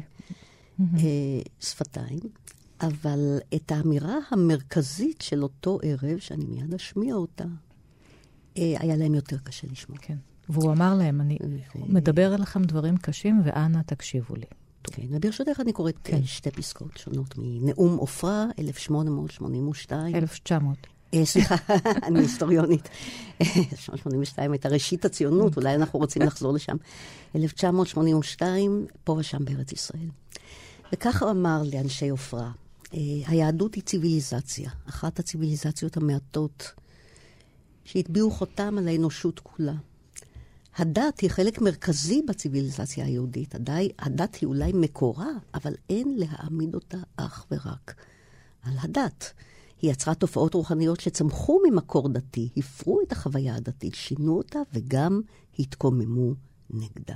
שפתיים. אבל את האמירה המרכזית של אותו ערב, שאני מיד אשמיע אותה, היה להם יותר קשה לשמוע. כן. והוא אמר להם, אני מדבר אליכם דברים קשים, ואנא תקשיבו לי. כן, וברשותך אני קוראת כן. שתי פסקאות שונות מנאום עופרה, אלף שמונה מאות שמונים ושתיים. אלף תשע מאות. סליחה, אני היסטוריונית. אלף תשע מאות שמונים ושתיים הייתה ראשית הציונות, אולי אנחנו רוצים לחזור לשם. אלף תשע מאות שמונים ושתיים, פה ושם בארץ ישראל. וככה אמר לאנשי עופרה, היהדות היא ציוויליזציה, אחת הציוויליזציות המעטות, שהטביעו חותם על האנושות כולה. הדת היא חלק מרכזי בציוויליזציה היהודית. הדת היא אולי מקורה, אבל אין להעמיד אותה אך ורק על הדת. היא יצרה תופעות רוחניות שצמחו ממקור דתי, הפרו את החוויה הדתית, שינו אותה וגם התקוממו נגדה.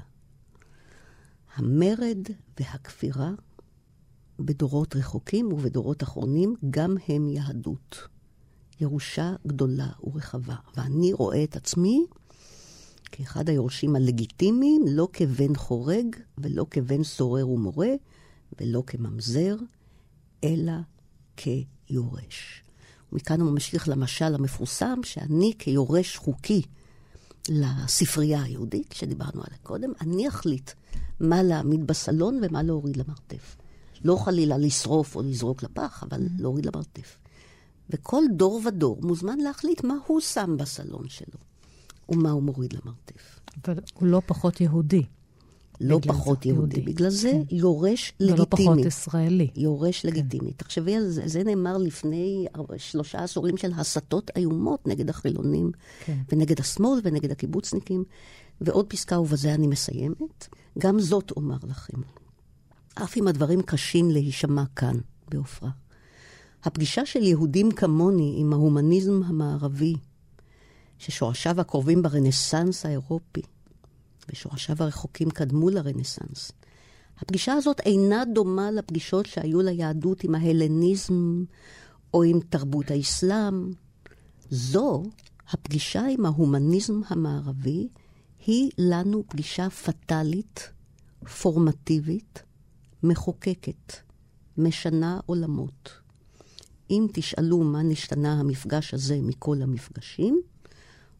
המרד והכפירה בדורות רחוקים ובדורות אחרונים גם הם יהדות. ירושה גדולה ורחבה. ואני רואה את עצמי כאחד היורשים הלגיטימיים, לא כבן חורג ולא כבן סורר ומורה, ולא כממזר, אלא כיורש. ומכאן הוא ממשיך למשל המפורסם, שאני כיורש חוקי לספרייה היהודית, שדיברנו עליה קודם, אני אחליט מה להעמיד בסלון ומה להוריד למרתף. לא חלילה לשרוף או לזרוק לפח, אבל mm-hmm. להוריד למרתף. וכל דור ודור מוזמן להחליט מה הוא שם בסלון שלו. ומה הוא מוריד למרתף. אבל הוא לא פחות יהודי. לא פחות יהודי. יהודי. בגלל זה כן. יורש לגיטימי. ולא פחות ישראלי. יורש כן. לגיטימי. תחשבי על זה, זה נאמר לפני שלושה עשורים של הסתות איומות נגד החילונים, כן. ונגד השמאל ונגד הקיבוצניקים. ועוד פסקה, ובזה אני מסיימת. גם זאת אומר לכם. אף אם הדברים קשים להישמע כאן, בעופרה. הפגישה של יהודים כמוני עם ההומניזם המערבי, ששורשיו הקרובים ברנסנס האירופי, ושורשיו הרחוקים קדמו לרנסנס. הפגישה הזאת אינה דומה לפגישות שהיו ליהדות עם ההלניזם, או עם תרבות האסלאם. זו, הפגישה עם ההומניזם המערבי, היא לנו פגישה פטלית, פורמטיבית, מחוקקת, משנה עולמות. אם תשאלו מה נשתנה המפגש הזה מכל המפגשים,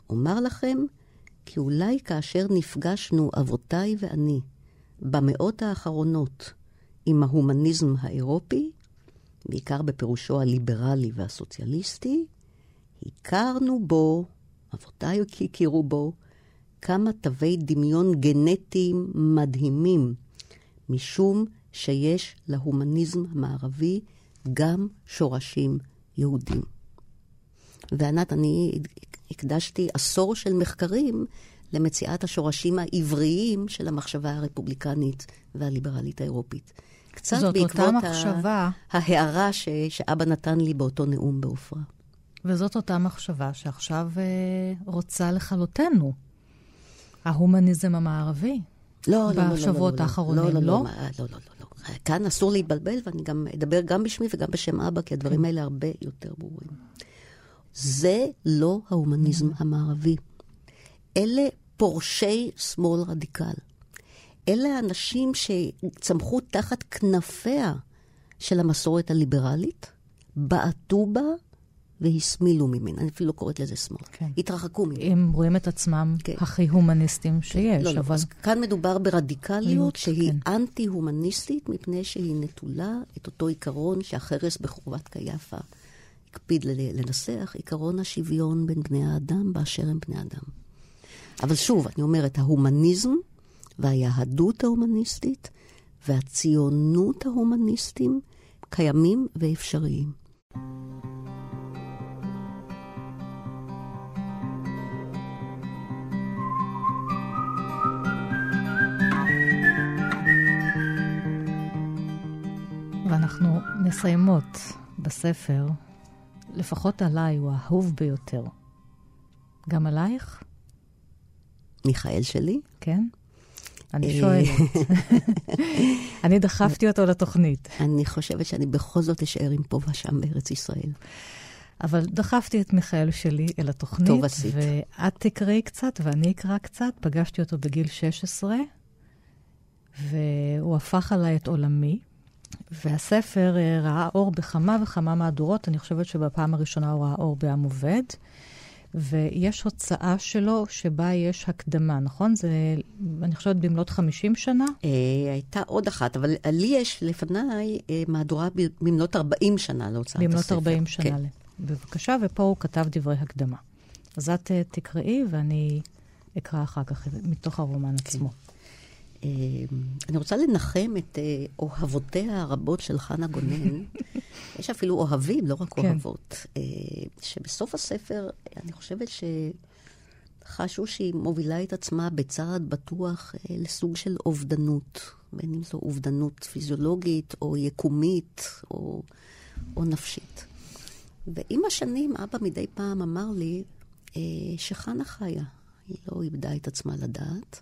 אומר לכם, כי אולי כאשר נפגשנו אבותיי ואני, במאות האחרונות, עם ההומניזם האירופי, בעיקר בפירושו הליברלי והסוציאליסטי, הכרנו בו, אבותיי הכירו בו, כמה תווי דמיון גנטיים מדהימים, משום שיש להומניזם המערבי גם שורשים יהודים. וענת, אני הקדשתי עשור של מחקרים למציאת השורשים העבריים של המחשבה הרפובליקנית והליברלית האירופית. קצת זאת בעקבות אותה מחשבה. ההערה ש... שאבא נתן לי באותו נאום בעופרה. וזאת אותה מחשבה שעכשיו אה, רוצה לכלותנו. ההומניזם המערבי. לא, לא, לא, בשבועות לא, לא, האחרונים, לא? לא? לא, לא, לא, לא, לא. כאן אסור להתבלבל, ואני גם אדבר גם בשמי וגם בשם אבא, כי הדברים האלה הרבה יותר ברורים. זה לא ההומניזם המערבי. אלה פורשי שמאל רדיקל. אלה אנשים שצמחו תחת כנפיה של המסורת הליברלית, בעטו בה והסמילו ממנה. אני אפילו לא קוראת לזה שמאל. כן. התרחקו ממנה. הם רואים את עצמם כן. הכי הומניסטים שיש. לא, אבל... לא, אז כאן מדובר ברדיקליות שהיא כן. אנטי-הומניסטית, מפני שהיא נטולה את אותו עיקרון שהחרס בחורבת קייפה הקפיד לנסח, עיקרון השוויון בין בני האדם באשר הם בני אדם. אבל שוב, אני אומרת, ההומניזם והיהדות ההומניסטית והציונות ההומניסטים קיימים ואפשריים. ואנחנו מסיימות בספר, לפחות עליי הוא האהוב ביותר. גם עלייך? מיכאל שלי? כן. אני שואלת. אני דחפתי אותו לתוכנית. אני חושבת שאני בכל זאת אשאר עם פה ושם בארץ ישראל. אבל דחפתי את מיכאל שלי אל התוכנית. טוב עשית. ואת תקראי קצת ואני אקרא קצת. פגשתי אותו בגיל שש עשרה, והוא הפך עליי את עולמי. והספר ראה אור בכמה וכמה מהדורות. אני חושבת שבפעם הראשונה הוא ראה אור בעם עובד. ויש הוצאה שלו שבה יש הקדמה, נכון? זה, אני חושבת, במלאת חמישים שנה? אה, הייתה עוד אחת, אבל לי יש לפניי אה, מהדורה במלאת ארבעים שנה להוצאת הספר. במלאת ארבעים שנה. כן. בבקשה, ופה הוא כתב דברי הקדמה. אז את uh, תקראי, ואני אקרא אחר כך מתוך הרומן כן. עצמו. אה, אני רוצה לנחם את אה, אוהבותיה הרבות של חנה גונן. יש אפילו אוהבים, לא רק כן. אוהבות. אה, שבסוף הספר, אני חושבת שחשו שהיא מובילה את עצמה בצעד בטוח אה, לסוג של אובדנות. בין אם זו אובדנות פיזיולוגית, או יקומית, או, או נפשית. ועם השנים, אבא מדי פעם אמר לי אה, שחנה חיה. היא לא איבדה את עצמה לדעת.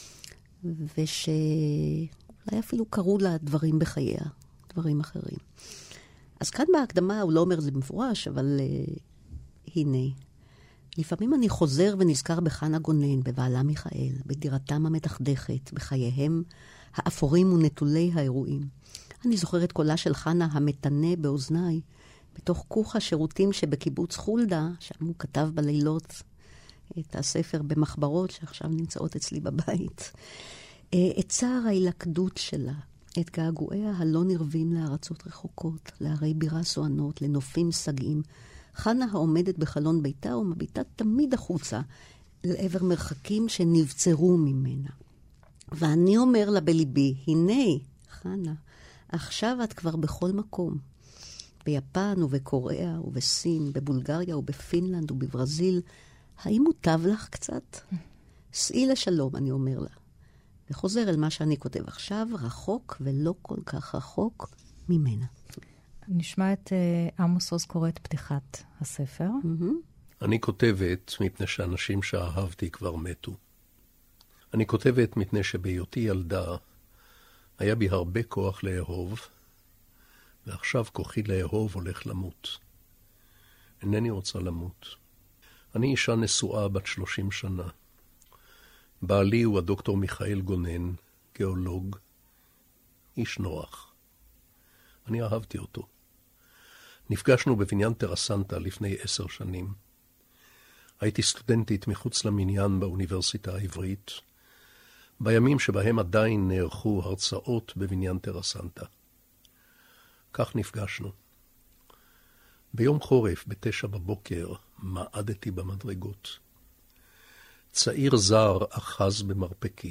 ושאולי אפילו קראו לה דברים בחייה, דברים אחרים. אז כאן בהקדמה, הוא לא אומר זה במפורש, אבל uh, הנה. לפעמים אני חוזר ונזכר בחנה גונן, בבעלה מיכאל, בדירתם המתחדכת, בחייהם האפורים ונטולי האירועים. אני זוכרת קולה של חנה המתנה באוזניי, בתוך כוך השירותים שבקיבוץ חולדה, שם הוא כתב בלילות את הספר במחברות שעכשיו נמצאות אצלי בבית. את צער ההילכדות שלה, את געגועיה הלא נרבים לארצות רחוקות, לערי בירה סוענות, לנופים סגעים. חנה העומדת בחלון ביתה ומביטה תמיד החוצה לעבר מרחקים שנבצרו ממנה. ואני אומר לה בליבי, הנה, חנה, עכשיו את כבר בכל מקום. ביפן ובקוריאה ובסין, בבולגריה ובפינלנד ובברזיל, האם מוטב לך קצת? סעי לשלום, אני אומר לה. וחוזר אל מה שאני כותב עכשיו, רחוק ולא כל כך רחוק ממנה. נשמע את uh, עמוס עוז קורא את פתיחת הספר. Mm-hmm. אני כותבת מפני שאנשים שאהבתי כבר מתו. אני כותבת מפני שבהיותי ילדה היה בי הרבה כוח לאהוב, ועכשיו כוחי לאהוב הולך למות. אינני רוצה למות. אני אישה נשואה בת שלושים שנה. בעלי הוא הדוקטור מיכאל גונן, גיאולוג, איש נוח. אני אהבתי אותו. נפגשנו בבניין טרסנטה לפני עשר שנים. הייתי סטודנטית מחוץ למניין באוניברסיטה העברית, בימים שבהם עדיין נערכו הרצאות בבניין טרסנטה. כך נפגשנו. ביום חורף, בתשע בבוקר, מעדתי במדרגות. צעיר זר אחז במרפקי.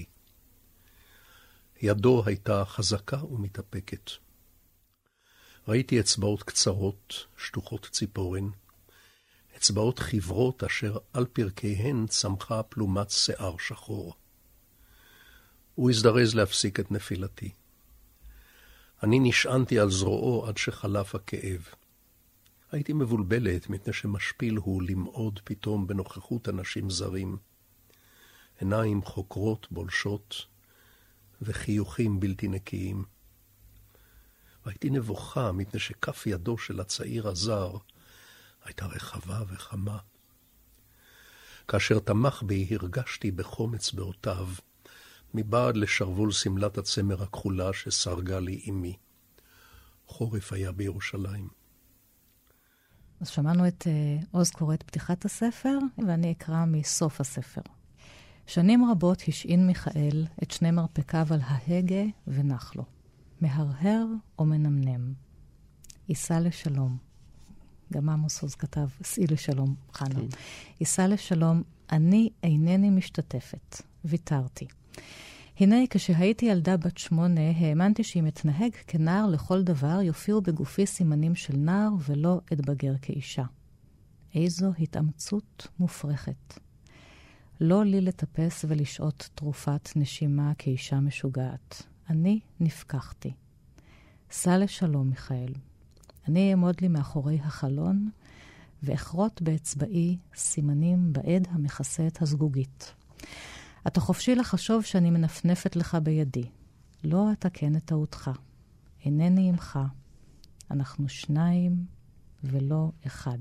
ידו הייתה חזקה ומתאפקת. ראיתי אצבעות קצרות, שטוחות ציפורן, אצבעות חברות אשר על פרקיהן צמחה פלומת שיער שחור. הוא הזדרז להפסיק את נפילתי. אני נשענתי על זרועו עד שחלף הכאב. הייתי מבולבלת מפני שמשפיל הוא למעוד פתאום בנוכחות אנשים זרים. עיניים חוקרות בולשות וחיוכים בלתי נקיים. והייתי נבוכה מפני שכף ידו של הצעיר הזר הייתה רחבה וחמה. כאשר תמך בי הרגשתי בחום אצבעותיו, מבעד לשרוול סמלת הצמר הכחולה שסרגה לי אמי. חורף היה בירושלים. אז שמענו את עוז קורא את פתיחת הספר, ואני אקרא מסוף הספר. שנים רבות השעין מיכאל את שני מרפקיו על ההגה ונח לו. מהרהר או מנמנם. ייסע לשלום. גם עמוס עוז כתב, סעי לשלום, חנה. כן. ייסע לשלום, אני אינני משתתפת. ויתרתי. הנה, כשהייתי ילדה בת שמונה, האמנתי שאם אתנהג כנער לכל דבר, יופיעו בגופי סימנים של נער ולא אתבגר כאישה. איזו התאמצות מופרכת. לא לי לטפס ולשעות תרופת נשימה כאישה משוגעת. אני נפקחתי. סע לשלום, מיכאל. אני אעמוד לי מאחורי החלון, ואחרות באצבעי סימנים בעד המכסה את הזגוגית. אתה חופשי לחשוב שאני מנפנפת לך בידי. לא אתקן את טעותך. אינני עמך. אנחנו שניים ולא אחד.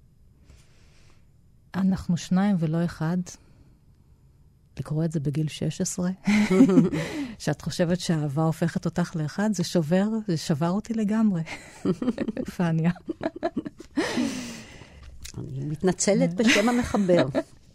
אנחנו שניים ולא אחד. לקרוא את זה בגיל שש עשרה. שאת חושבת שהאהבה הופכת אותך לאחד, זה שובר, זה שבר אותי לגמרי. פניה. אני מתנצלת בשם המחבר.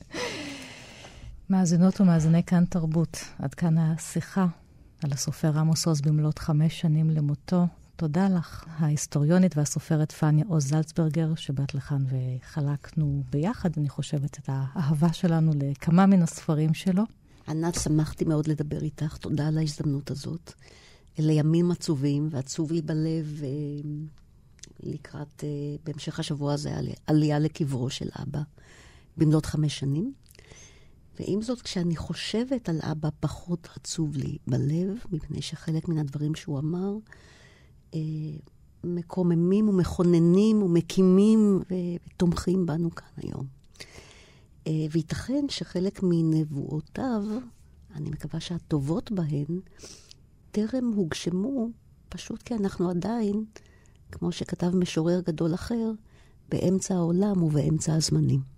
מאזינות ומאזיני כאן תרבות, עד כאן השיחה על הסופר עמוס עוז במלאת חמש שנים למותו. תודה לך, ההיסטוריונית והסופרת פניה עוז זלצברגר, שבאת לכאן וחלקנו ביחד, אני חושבת, את האהבה שלנו לכמה מן הספרים שלו. ענת, שמחתי מאוד לדבר איתך, תודה על ההזדמנות הזאת. אלה ימים עצובים, ועצוב לי בלב לקראת, בהמשך השבוע הזה, עלייה לקברו של אבא, במלאת חמש שנים. ועם זאת, כשאני חושבת על אבא, פחות עצוב לי בלב, מפני שחלק מן הדברים שהוא אמר, אה, מקוממים ומכוננים ומקימים ותומכים בנו כאן היום. אה, וייתכן שחלק מנבואותיו, אני מקווה שהטובות בהן, טרם הוגשמו, פשוט כי אנחנו עדיין, כמו שכתב משורר גדול אחר, באמצע העולם ובאמצע הזמנים.